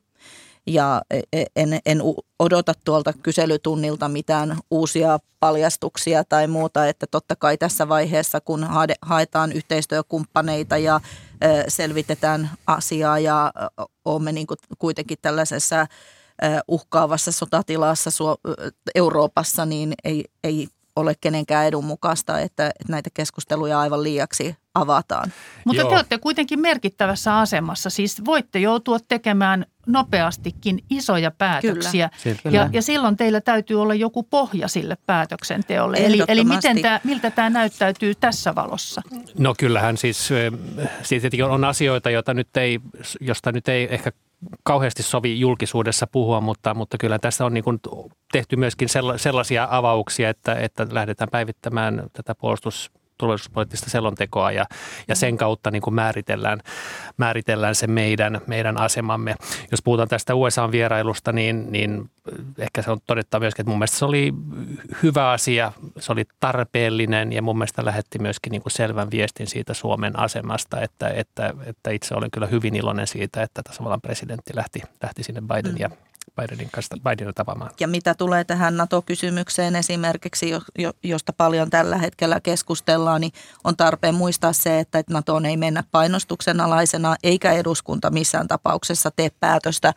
Ja en, en odota tuolta kyselytunnilta mitään uusia paljastuksia tai muuta, että totta kai tässä vaiheessa, kun haetaan yhteistyökumppaneita ja selvitetään asiaa ja olemme niin kuin kuitenkin tällaisessa uhkaavassa sotatilassa Euroopassa, niin ei, ei ole kenenkään edun mukaista, että näitä keskusteluja aivan liiaksi avataan. Mutta Joo. te olette kuitenkin merkittävässä asemassa. Siis voitte joutua tekemään nopeastikin isoja päätöksiä. Kyllä. Ja, ja silloin teillä täytyy olla joku pohja sille päätöksenteolle. Eli, eli miten tämä, miltä tämä näyttäytyy tässä valossa? No kyllähän siis, siis on asioita, joita nyt ei, josta nyt ei ehkä kauheasti sovi julkisuudessa puhua, mutta, mutta kyllä tässä on niin kuin tehty myöskin sellaisia avauksia, että, että lähdetään päivittämään tätä puolustus- turvallisuuspoliittista selontekoa ja, ja sen kautta niin kuin määritellään, määritellään se meidän, meidän asemamme. Jos puhutaan tästä U S A-vierailusta, niin, niin ehkä se on todettava myöskin, että mun mielestä se oli hyvä asia, se oli tarpeellinen ja mun mielestä lähetti myöskin niin kuin selvän viestin siitä Suomen asemasta, että, että, että itse olen kyllä hyvin iloinen siitä, että tasavallan presidentti lähti, lähti sinne Biden ja Bidenin kanssa Bidenin tapaamaan. Ja mitä tulee tähän NATO-kysymykseen esimerkiksi, josta paljon tällä hetkellä keskustellaan, niin on tarpeen muistaa se, että NATOon ei mennä painostuksen alaisena, eikä eduskunta missään tapauksessa tee päätöstä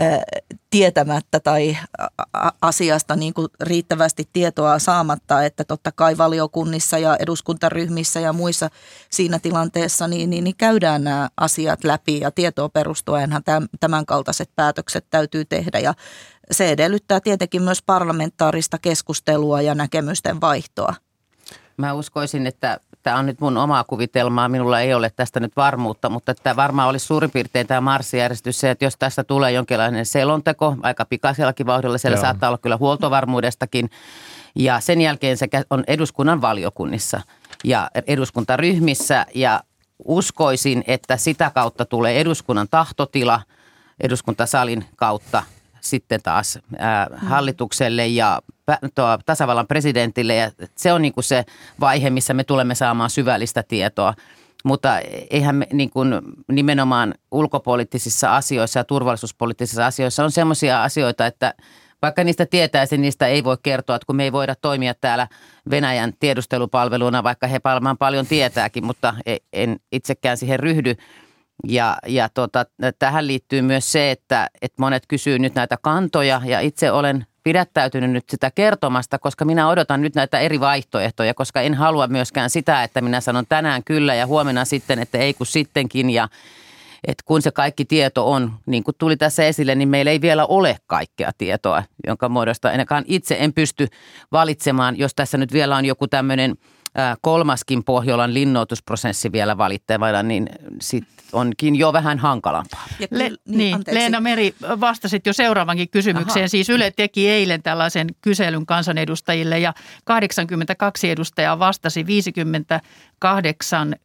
tietämättä tai asiasta niin kuin riittävästi tietoa saamatta, että totta kai valiokunnissa ja eduskuntaryhmissä ja muissa siinä tilanteessa niin, niin, niin käydään nämä asiat läpi ja tietoa perustuenhan tämän kaltaiset päätökset täytyy tehdä ja se edellyttää tietenkin myös parlamentaarista keskustelua ja näkemysten vaihtoa. Mä uskoisin, että tämä on nyt mun omaa kuvitelmaa, minulla ei ole tästä nyt varmuutta, mutta tämä varmaan olisi suurin piirtein tämä marssijärjestys se, että jos tästä tulee jonkinlainen selonteko, aika pikaisellakin vauhdilla, siellä Joo. saattaa olla kyllä huoltovarmuudestakin, ja sen jälkeen se on eduskunnan valiokunnissa ja eduskuntaryhmissä, ja uskoisin, että sitä kautta tulee eduskunnan tahtotila eduskuntasalin kautta sitten taas ää, hallitukselle ja tuo, tasavallan presidentille ja se on niin kuin se vaihe, missä me tulemme saamaan syvällistä tietoa. Mutta eihän me, niin kuin nimenomaan ulkopoliittisissa asioissa ja turvallisuuspoliittisissa asioissa on semmoisia asioita, että vaikka niistä tietäisi, niistä ei voi kertoa, että kun me ei voida toimia täällä Venäjän tiedustelupalveluna, vaikka he paljon paljon tietääkin, mutta en itsekään siihen ryhdy. Ja, ja tota, tähän liittyy myös se, että, että monet kysyy nyt näitä kantoja ja itse olen pidättäytynyt nyt sitä kertomasta, koska minä odotan nyt näitä eri vaihtoehtoja, koska en halua myöskään sitä, että minä sanon tänään kyllä ja huomenna sitten, että ei kun sittenkin ja että kun se kaikki tieto on, niin kuin tuli tässä esille, niin meillä ei vielä ole kaikkea tietoa, jonka muodosta ainakaan itse en pysty valitsemaan, jos tässä nyt vielä on joku tämmöinen kolmaskin Pohjolan linnoitusprosessi vielä valittavana, niin sitten onkin jo vähän hankalampaa. Le- niin, niin Leena Meri, vastasit jo seuraavankin kysymykseen. Aha. Siis Yle teki eilen tällaisen kyselyn kansanedustajille ja kahdeksankymmentäkaksi edustajaa vastasi, viisikymmentäkahdeksan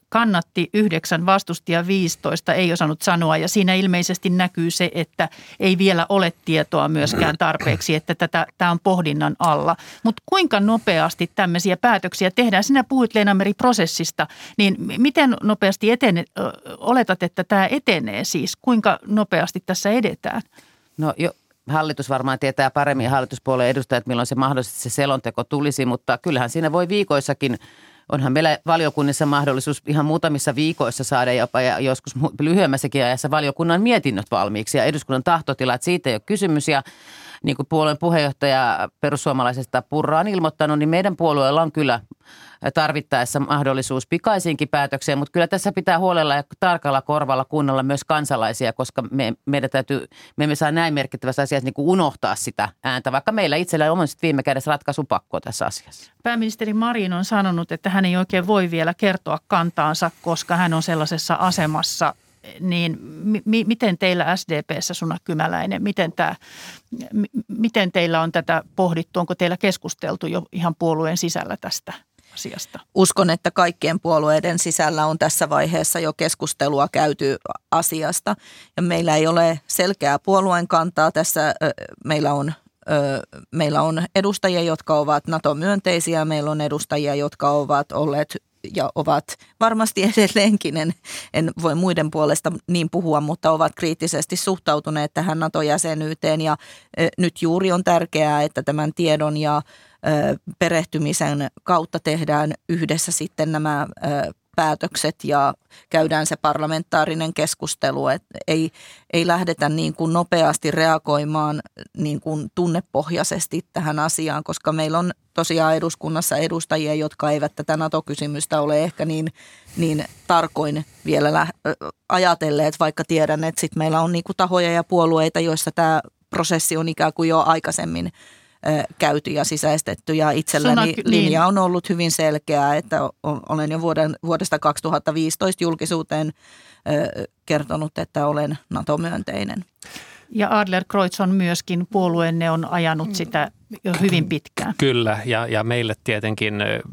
kannatti yhdeksän, vastusti ja viisitoista ei osannut sanoa. Ja siinä ilmeisesti näkyy se, että ei vielä ole tietoa myöskään tarpeeksi, että tätä, tämä on pohdinnan alla. Mutta kuinka nopeasti tämmöisiä päätöksiä tehdään? Sinä puhuit, Leena-Meri, prosessista, niin miten nopeasti etene, oletat, että tämä etenee siis? Kuinka nopeasti tässä edetään? No jo. Hallitus varmaan tietää paremmin, hallituspuolueen edustajat, milloin se mahdollisesti se selonteko tulisi, mutta kyllähän siinä voi viikoissakin, onhan meillä valiokunnissa mahdollisuus ihan muutamissa viikoissa saada jopa ja joskus lyhyemmässäkin ajassa valiokunnan mietinnöt valmiiksi ja eduskunnan tahtotila, että siitä ei ole kysymys ja niin kuin puolueen puheenjohtaja perussuomalaisesta Purra on ilmoittanut, niin meidän puolueella on kyllä tarvittaessa mahdollisuus pikaisiinkin päätökseen, mutta kyllä tässä pitää huolella ja tarkalla korvalla kuunnella myös kansalaisia, koska me, meidän täytyy, me emme saa näin merkittävässä asiassa niin kuin unohtaa sitä ääntä, vaikka meillä itsellä on viime kädessä ratkaisupakko tässä asiassa. Pääministeri Marin on sanonut, että hän ei oikein voi vielä kertoa kantaansa, koska hän on sellaisessa asemassa. Niin mi- miten teillä S D P:ssä, Suna Kymäläinen, miten, tää, m- miten teillä on tätä pohdittu? Onko teillä keskusteltu jo ihan puolueen sisällä tästä asiasta? Uskon, että kaikkien puolueiden sisällä on tässä vaiheessa jo keskustelua käyty asiasta. Ja meillä ei ole selkeää puolueen kantaa tässä. Meillä on, meillä on edustajia, jotka ovat NATO-myönteisiä. Meillä on edustajia, jotka ovat olleet ja ovat varmasti edelleenkin, en, en voi muiden puolesta niin puhua, mutta ovat kriittisesti suhtautuneet tähän NATO-jäsenyyteen ja e, nyt juuri on tärkeää, että tämän tiedon ja e, perehtymisen kautta tehdään yhdessä sitten nämä e, päätökset ja käydään se parlamentaarinen keskustelu, että ei, ei lähdetä niin kuin nopeasti reagoimaan niin kuin tunnepohjaisesti tähän asiaan, koska meillä on tosiaan eduskunnassa edustajia, jotka eivät tätä NATO-kysymystä ole ehkä niin, niin tarkoin vielä lä- ajatelleet, vaikka tiedän, että sit meillä on niin kuin tahoja ja puolueita, joissa tämä prosessi on ikään kuin jo aikaisemmin käyty ja sisäistetty ja itselläni Suna, linja on ollut hyvin selkeää, että olen jo vuoden, vuodesta kaksituhattaviisitoista julkisuuteen kertonut, että olen NATO-myönteinen. Ja Adlercreutz on myöskin, puolueenne on ajanut sitä jo hyvin pitkään. Kyllä, ja, ja meille tietenkin,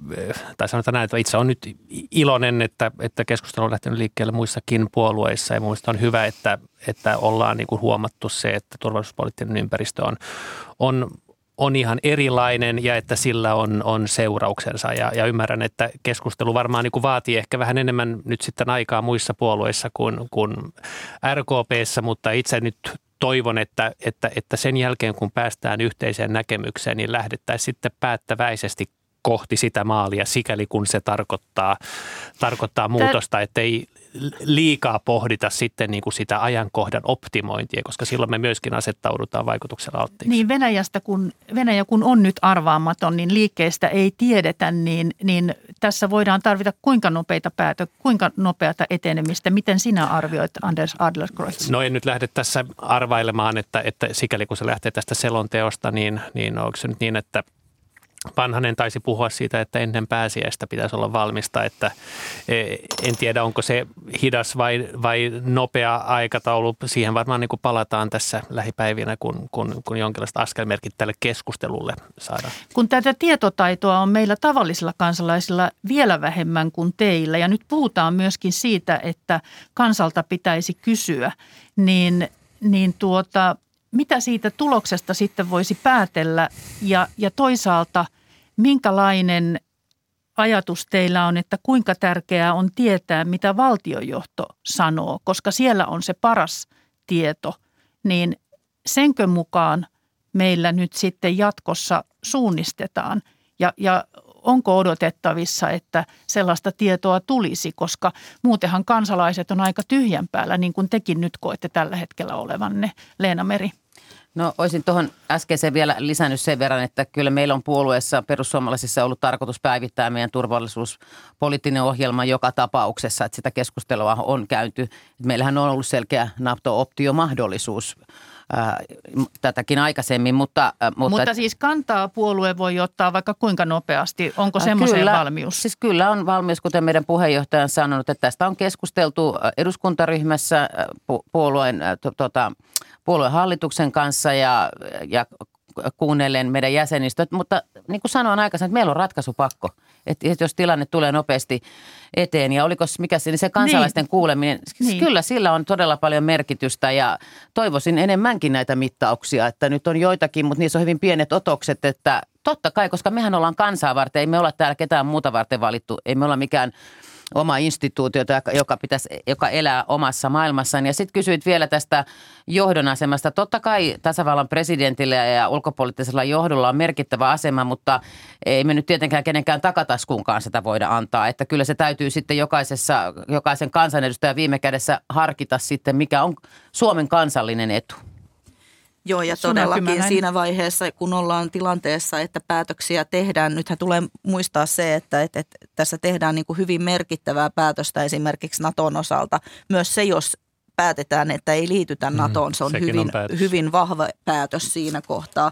tai sanotaan näin, että itse on nyt iloinen, että, että keskustelu on lähtenyt liikkeelle muissakin puolueissa, ja minusta on hyvä, että, että ollaan niin kuin huomattu se, että turvallisuuspoliittinen ympäristö on, on on ihan erilainen ja että sillä on, on seurauksensa ja, ja ymmärrän, että keskustelu varmaan niin kuin vaatii ehkä vähän enemmän nyt sitten aikaa muissa puolueissa kuin, kuin R K P:ssä, mutta itse nyt toivon, että, että, että sen jälkeen kun päästään yhteiseen näkemykseen, niin lähdettäisiin sitten päättäväisesti kohti sitä maalia, sikäli kun se tarkoittaa, tarkoittaa muutosta, ettei liikaa pohdita sitten niin kuin sitä ajankohdan optimointia, koska silloin me myöskin asettaudutaan vaikutuksella alttiiksi. Niin Venäjästä, kun Venäjä kun on nyt arvaamaton, niin liikkeestä ei tiedetä, niin, niin tässä voidaan tarvita kuinka nopeita päätö, kuinka nopeata etenemistä. Miten sinä arvioit, Anders Adlercreutz? No en nyt lähde tässä arvailemaan, että, että sikäli kun se lähtee tästä selonteosta, niin, niin onko se nyt niin, että Vanhanen taisi puhua siitä, että ennen pääsiäistä pitäisi olla valmista, että en tiedä onko se hidas vai, vai nopea aikataulu. Siihen varmaan niin kuin palataan tässä lähipäivinä, kun, kun, kun jonkinlaista askelmerkit tälle keskustelulle saadaan. Kun tätä tietotaitoa on meillä tavallisilla kansalaisilla vielä vähemmän kuin teillä ja nyt puhutaan myöskin siitä, että kansalta pitäisi kysyä, niin, niin tuota... Mitä siitä tuloksesta sitten voisi päätellä ja, ja toisaalta minkälainen ajatus teillä on, että kuinka tärkeää on tietää, mitä valtiojohto sanoo, koska siellä on se paras tieto, niin senkö mukaan meillä nyt sitten jatkossa suunnistetaan ja, ja onko odotettavissa, että sellaista tietoa tulisi, koska muutenhan kansalaiset on aika tyhjän päällä, niin kuin tekin nyt koette tällä hetkellä olevanne, Leena-Meri. No olisin tuohon äskeiseen vielä lisännyt sen verran, että kyllä meillä on puolueessa perussuomalaisissa ollut tarkoitus päivittää meidän turvallisuuspoliittinen ohjelma joka tapauksessa, että sitä keskustelua on käyty. Meillähän on ollut selkeä NATO-optiomahdollisuus ää, tätäkin aikaisemmin, mutta... Mutta, mutta siis kantaa puolue voi ottaa vaikka kuinka nopeasti. Onko semmoiseen kyllä, valmius? Siis kyllä on valmius, kuten meidän puheenjohtaja on sanonut, että tästä on keskusteltu eduskuntaryhmässä puolueen... Tota, puolueen hallituksen kanssa ja, ja kuunnellen meidän jäsenistöt, mutta niin kuin sanoin aikaisemmin, että meillä on ratkaisupakko. että, että jos tilanne tulee nopeasti eteen ja oliko mikä se, niin se kansalaisten niin. kuuleminen, niin. kyllä sillä on todella paljon merkitystä ja toivoisin enemmänkin näitä mittauksia, että nyt on joitakin, mutta niissä on hyvin pienet otokset, että totta kai, koska mehän ollaan kansaa varten, ei me olla täällä ketään muuta varten valittu, ei me olla mikään oma instituutio, joka, pitäisi, joka elää omassa maailmassaan. Ja sitten kysyit vielä tästä johdon asemasta. Totta kai tasavallan presidentillä ja ulkopoliittisella johdolla on merkittävä asema, mutta ei me nyt tietenkään kenenkään takataskuunkaan sitä voida antaa. Että kyllä se täytyy sitten jokaisessa, jokaisen kansanedustajan viime kädessä harkita sitten, mikä on Suomen kansallinen etu. Joo, ja todellakin siinä vaiheessa, kun ollaan tilanteessa, että päätöksiä tehdään, nythän tulee muistaa se, että, että, että tässä tehdään niin kuin hyvin merkittävää päätöstä esimerkiksi Naton osalta. Myös se, jos päätetään, että ei liitytä NATOon, se on hyvin, on hyvin vahva päätös siinä kohtaa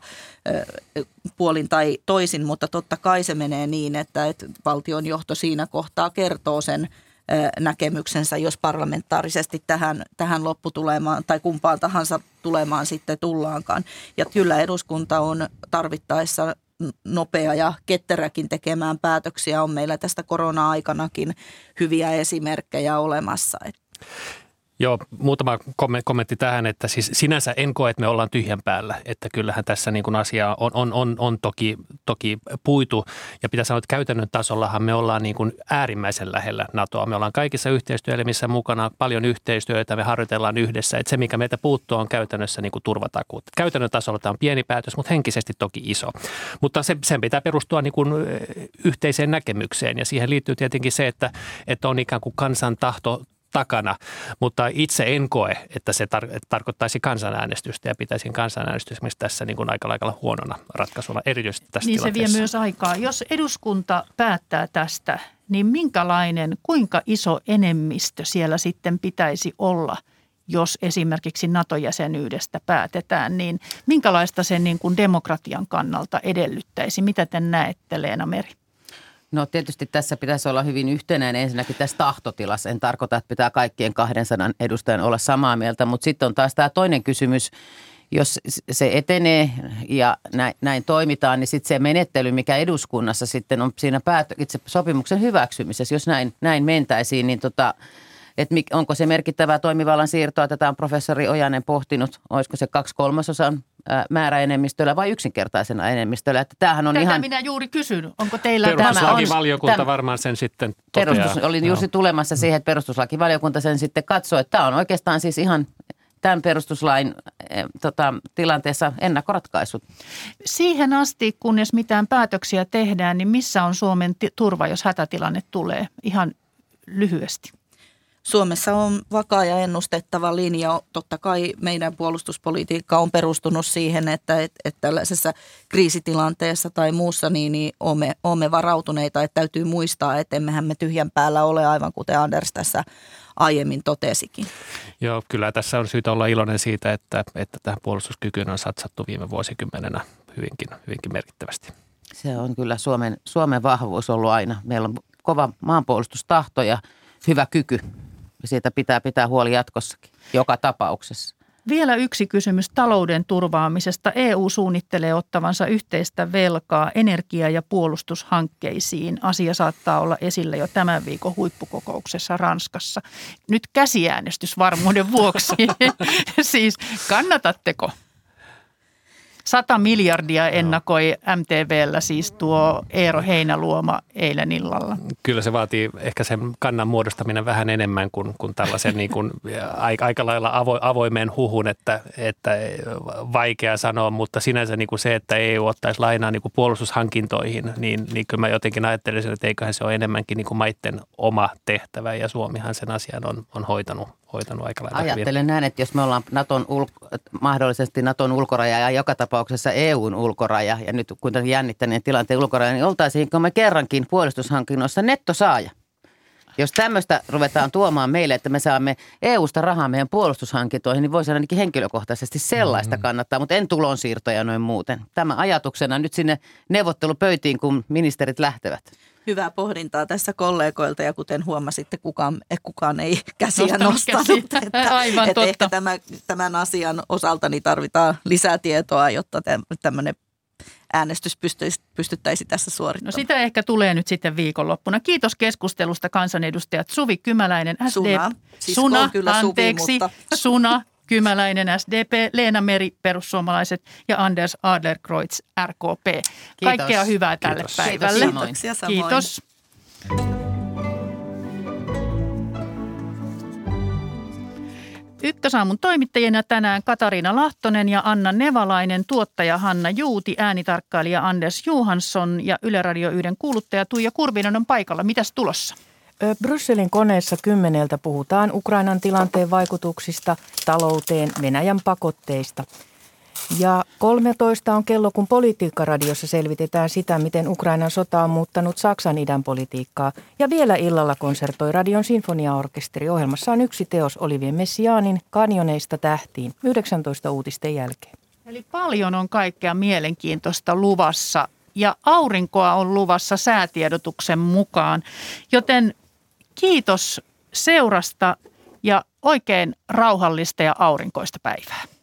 puolin tai toisin, mutta totta kai se menee niin, että, että valtion johto siinä kohtaa kertoo sen näkemyksensä, jos parlamentaarisesti tähän, tähän lopputulemaan tai kumpaan tahansa tulemaan sitten tullaankaan. Ja kyllä eduskunta on tarvittaessa nopea ja ketteräkin tekemään päätöksiä. On meillä tästä korona-aikanakin hyviä esimerkkejä olemassa. Joo, muutama kommentti tähän, että siis sinänsä en koe, että me ollaan tyhjän päällä, että kyllähän tässä niin kuin asia on, on, on, on toki, toki puitu ja pitää sanoa, että käytännön tasollahan me ollaan niin kuin äärimmäisen lähellä NATOa. Me ollaan kaikissa yhteistyöelimissä mukana, paljon yhteistyötä, me harjoitellaan yhdessä, että se mikä meiltä puuttuu on käytännössä niin kuin turvatakuut. Käytännön tasolla tämä on pieni päätös, mutta henkisesti toki iso, mutta se, sen pitää perustua niin kuin yhteiseen näkemykseen ja siihen liittyy tietenkin se, että, että on ikään kuin kansan tahto takana, mutta itse en koe, että se tar- että tarkoittaisi kansanäänestystä ja pitäisin kansanäänestystä tässä niin kuin aika lailla huonona ratkaisuna, erityisesti tässä niin tilanteessa. Se vie myös aikaa. Jos eduskunta päättää tästä, niin minkälainen, kuinka iso enemmistö siellä sitten pitäisi olla, jos esimerkiksi NATO-jäsenyydestä päätetään, niin minkälaista se niin kuin demokratian kannalta edellyttäisi? Mitä te näette, Leena Meri? No tietysti tässä pitäisi olla hyvin yhtenäinen ensinnäkin tässä tahtotilassa. En tarkoita, että pitää kaikkien kahdensadan edustajan olla samaa mieltä, mutta sitten on taas tämä toinen kysymys. Jos se etenee ja näin, näin toimitaan, niin sitten se menettely, mikä eduskunnassa sitten on siinä päätö, itse sopimuksen hyväksymisessä, jos näin, näin mentäisiin, niin tota, että onko se merkittävää toimivallan siirtoa, tätä on professori Ojanen pohtinut, olisiko se kaksi kolmasosan määräenemmistöllä vai yksinkertaisena enemmistöllä. Että tämähän on Tätä ihan... minä juuri kysyn, onko teillä... Perustuslakivaliokunta tämä, varmaan sen sitten toteaa. Perustus, olin juuri tulemassa siihen, että perustuslakivaliokunta sen sitten katsoo, että tämä on oikeastaan siis ihan tämän perustuslain eh, tota, tilanteessa ennakkoratkaisu. Siihen asti, kunnes mitään päätöksiä tehdään, niin missä on Suomen t- turva, jos hätätilanne tulee? Ihan lyhyesti. Suomessa on vakaa ja ennustettava linja. Totta kai meidän puolustuspolitiikka on perustunut siihen, että, että, että tällaisessa kriisitilanteessa tai muussa niin, niin olemme, olemme varautuneita. Että täytyy muistaa, että emmehän me tyhjän päällä ole, aivan kuten Anders tässä aiemmin totesikin. Joo, kyllä tässä on syytä olla iloinen siitä, että, että tähän puolustuskykyyn on satsattu viime vuosikymmenenä hyvinkin, hyvinkin merkittävästi. Se on kyllä Suomen, Suomen vahvuus ollut aina. Meillä on kova maanpuolustustahto ja hyvä kyky. Ja siitä pitää pitää huoli jatkossakin, joka tapauksessa. Vielä yksi kysymys talouden turvaamisesta. E U suunnittelee ottavansa yhteistä velkaa energia- ja puolustushankkeisiin. Asia saattaa olla esillä jo tämän viikon huippukokouksessa Ranskassa. Nyt käsiäänestys varmuuden vuoksi. Siis kannatatteko? Sata miljardia ennakoi M T V:llä siis tuo Eero Heinäluoma eilen illalla. Kyllä se vaatii ehkä sen kannan muodostaminen vähän enemmän kuin, kuin tällaisen niin kuin aika lailla avo, avoimen huhun, että, että vaikea sanoa, mutta sinänsä niin kuin se, että E U ottaisi lainaa niin kuin puolustushankintoihin, niin, niin kyllä mä jotenkin ajattelisin, että eiköhän se ole enemmänkin niin kuin maitten oma tehtävä ja Suomihan sen asian on, on hoitanut. hoitanut aika lailla Ajattelen hyvin. näin, että jos me ollaan Naton ulko, mahdollisesti Naton ulkoraja ja joka tapauksessa E U:n ulkoraja ja nyt kun tämän jännittäneen tilanteen ulkoraja, niin oltaisiinko me kerrankin puolustushankinnoissa nettosaaja? Jos tämmöistä ruvetaan tuomaan meille, että me saamme E U:sta rahaa meidän puolustushankintoihin, niin voisi ainakin henkilökohtaisesti sellaista kannattaa, mutta en tulonsiirtoja noin muuten. Tämä ajatuksena nyt sinne neuvottelupöytiin, kun ministerit lähtevät. Hyvää pohdintaa tässä kollegoilta ja kuten huomasitte, kukaan, kukaan ei käsiä Nostanut nostanut. käsiä. Että, Aivan että totta. ehkä tämä, tämän asian osalta niin tarvitaan lisätietoa, jotta tämmöinen äänestys pystyisi, pystyttäisi tässä suorittamaan. No sitä ehkä tulee nyt sitten viikonloppuna. Kiitos keskustelusta kansanedustajat Suvi Kymäläinen, S D P. Suna. Siis Suna, kyllä anteeksi. Suvi, mutta. Suna Kymäläinen, S D P, Leena Meri, Perussuomalaiset ja Anders Adlercreutz, R K P. Kaikkea hyvää tälle Kiitos. päivälle. Kiitoksia samoin. Kiitos. Ykkösaamun toimittajina tänään Katariina Lahtonen ja Anna Nevalainen, tuottaja Hanna Juuti, äänitarkkailija Anders Johansson ja Yle Radio yhden kuuluttaja Tuija Kurvinen on paikalla. Mitäs tulossa? Brysselin koneessa kymmeneltä puhutaan Ukrainan tilanteen vaikutuksista talouteen, Venäjän pakotteista. Ja kolmetoista on kello, kun Politiikkaradiossa selvitetään sitä, miten Ukrainan sota on muuttanut Saksan idän politiikkaa. Ja vielä illalla konsertoi Radion sinfoniaorkesteri. Ohjelmassa on yksi teos Olivier Messiaanin Kanjoneista tähtiin yhdeksäntoista uutisten jälkeen. Eli paljon on kaikkea mielenkiintoista luvassa ja aurinkoa on luvassa säätiedotuksen mukaan. Joten kiitos seurasta ja oikein rauhallista ja aurinkoista päivää.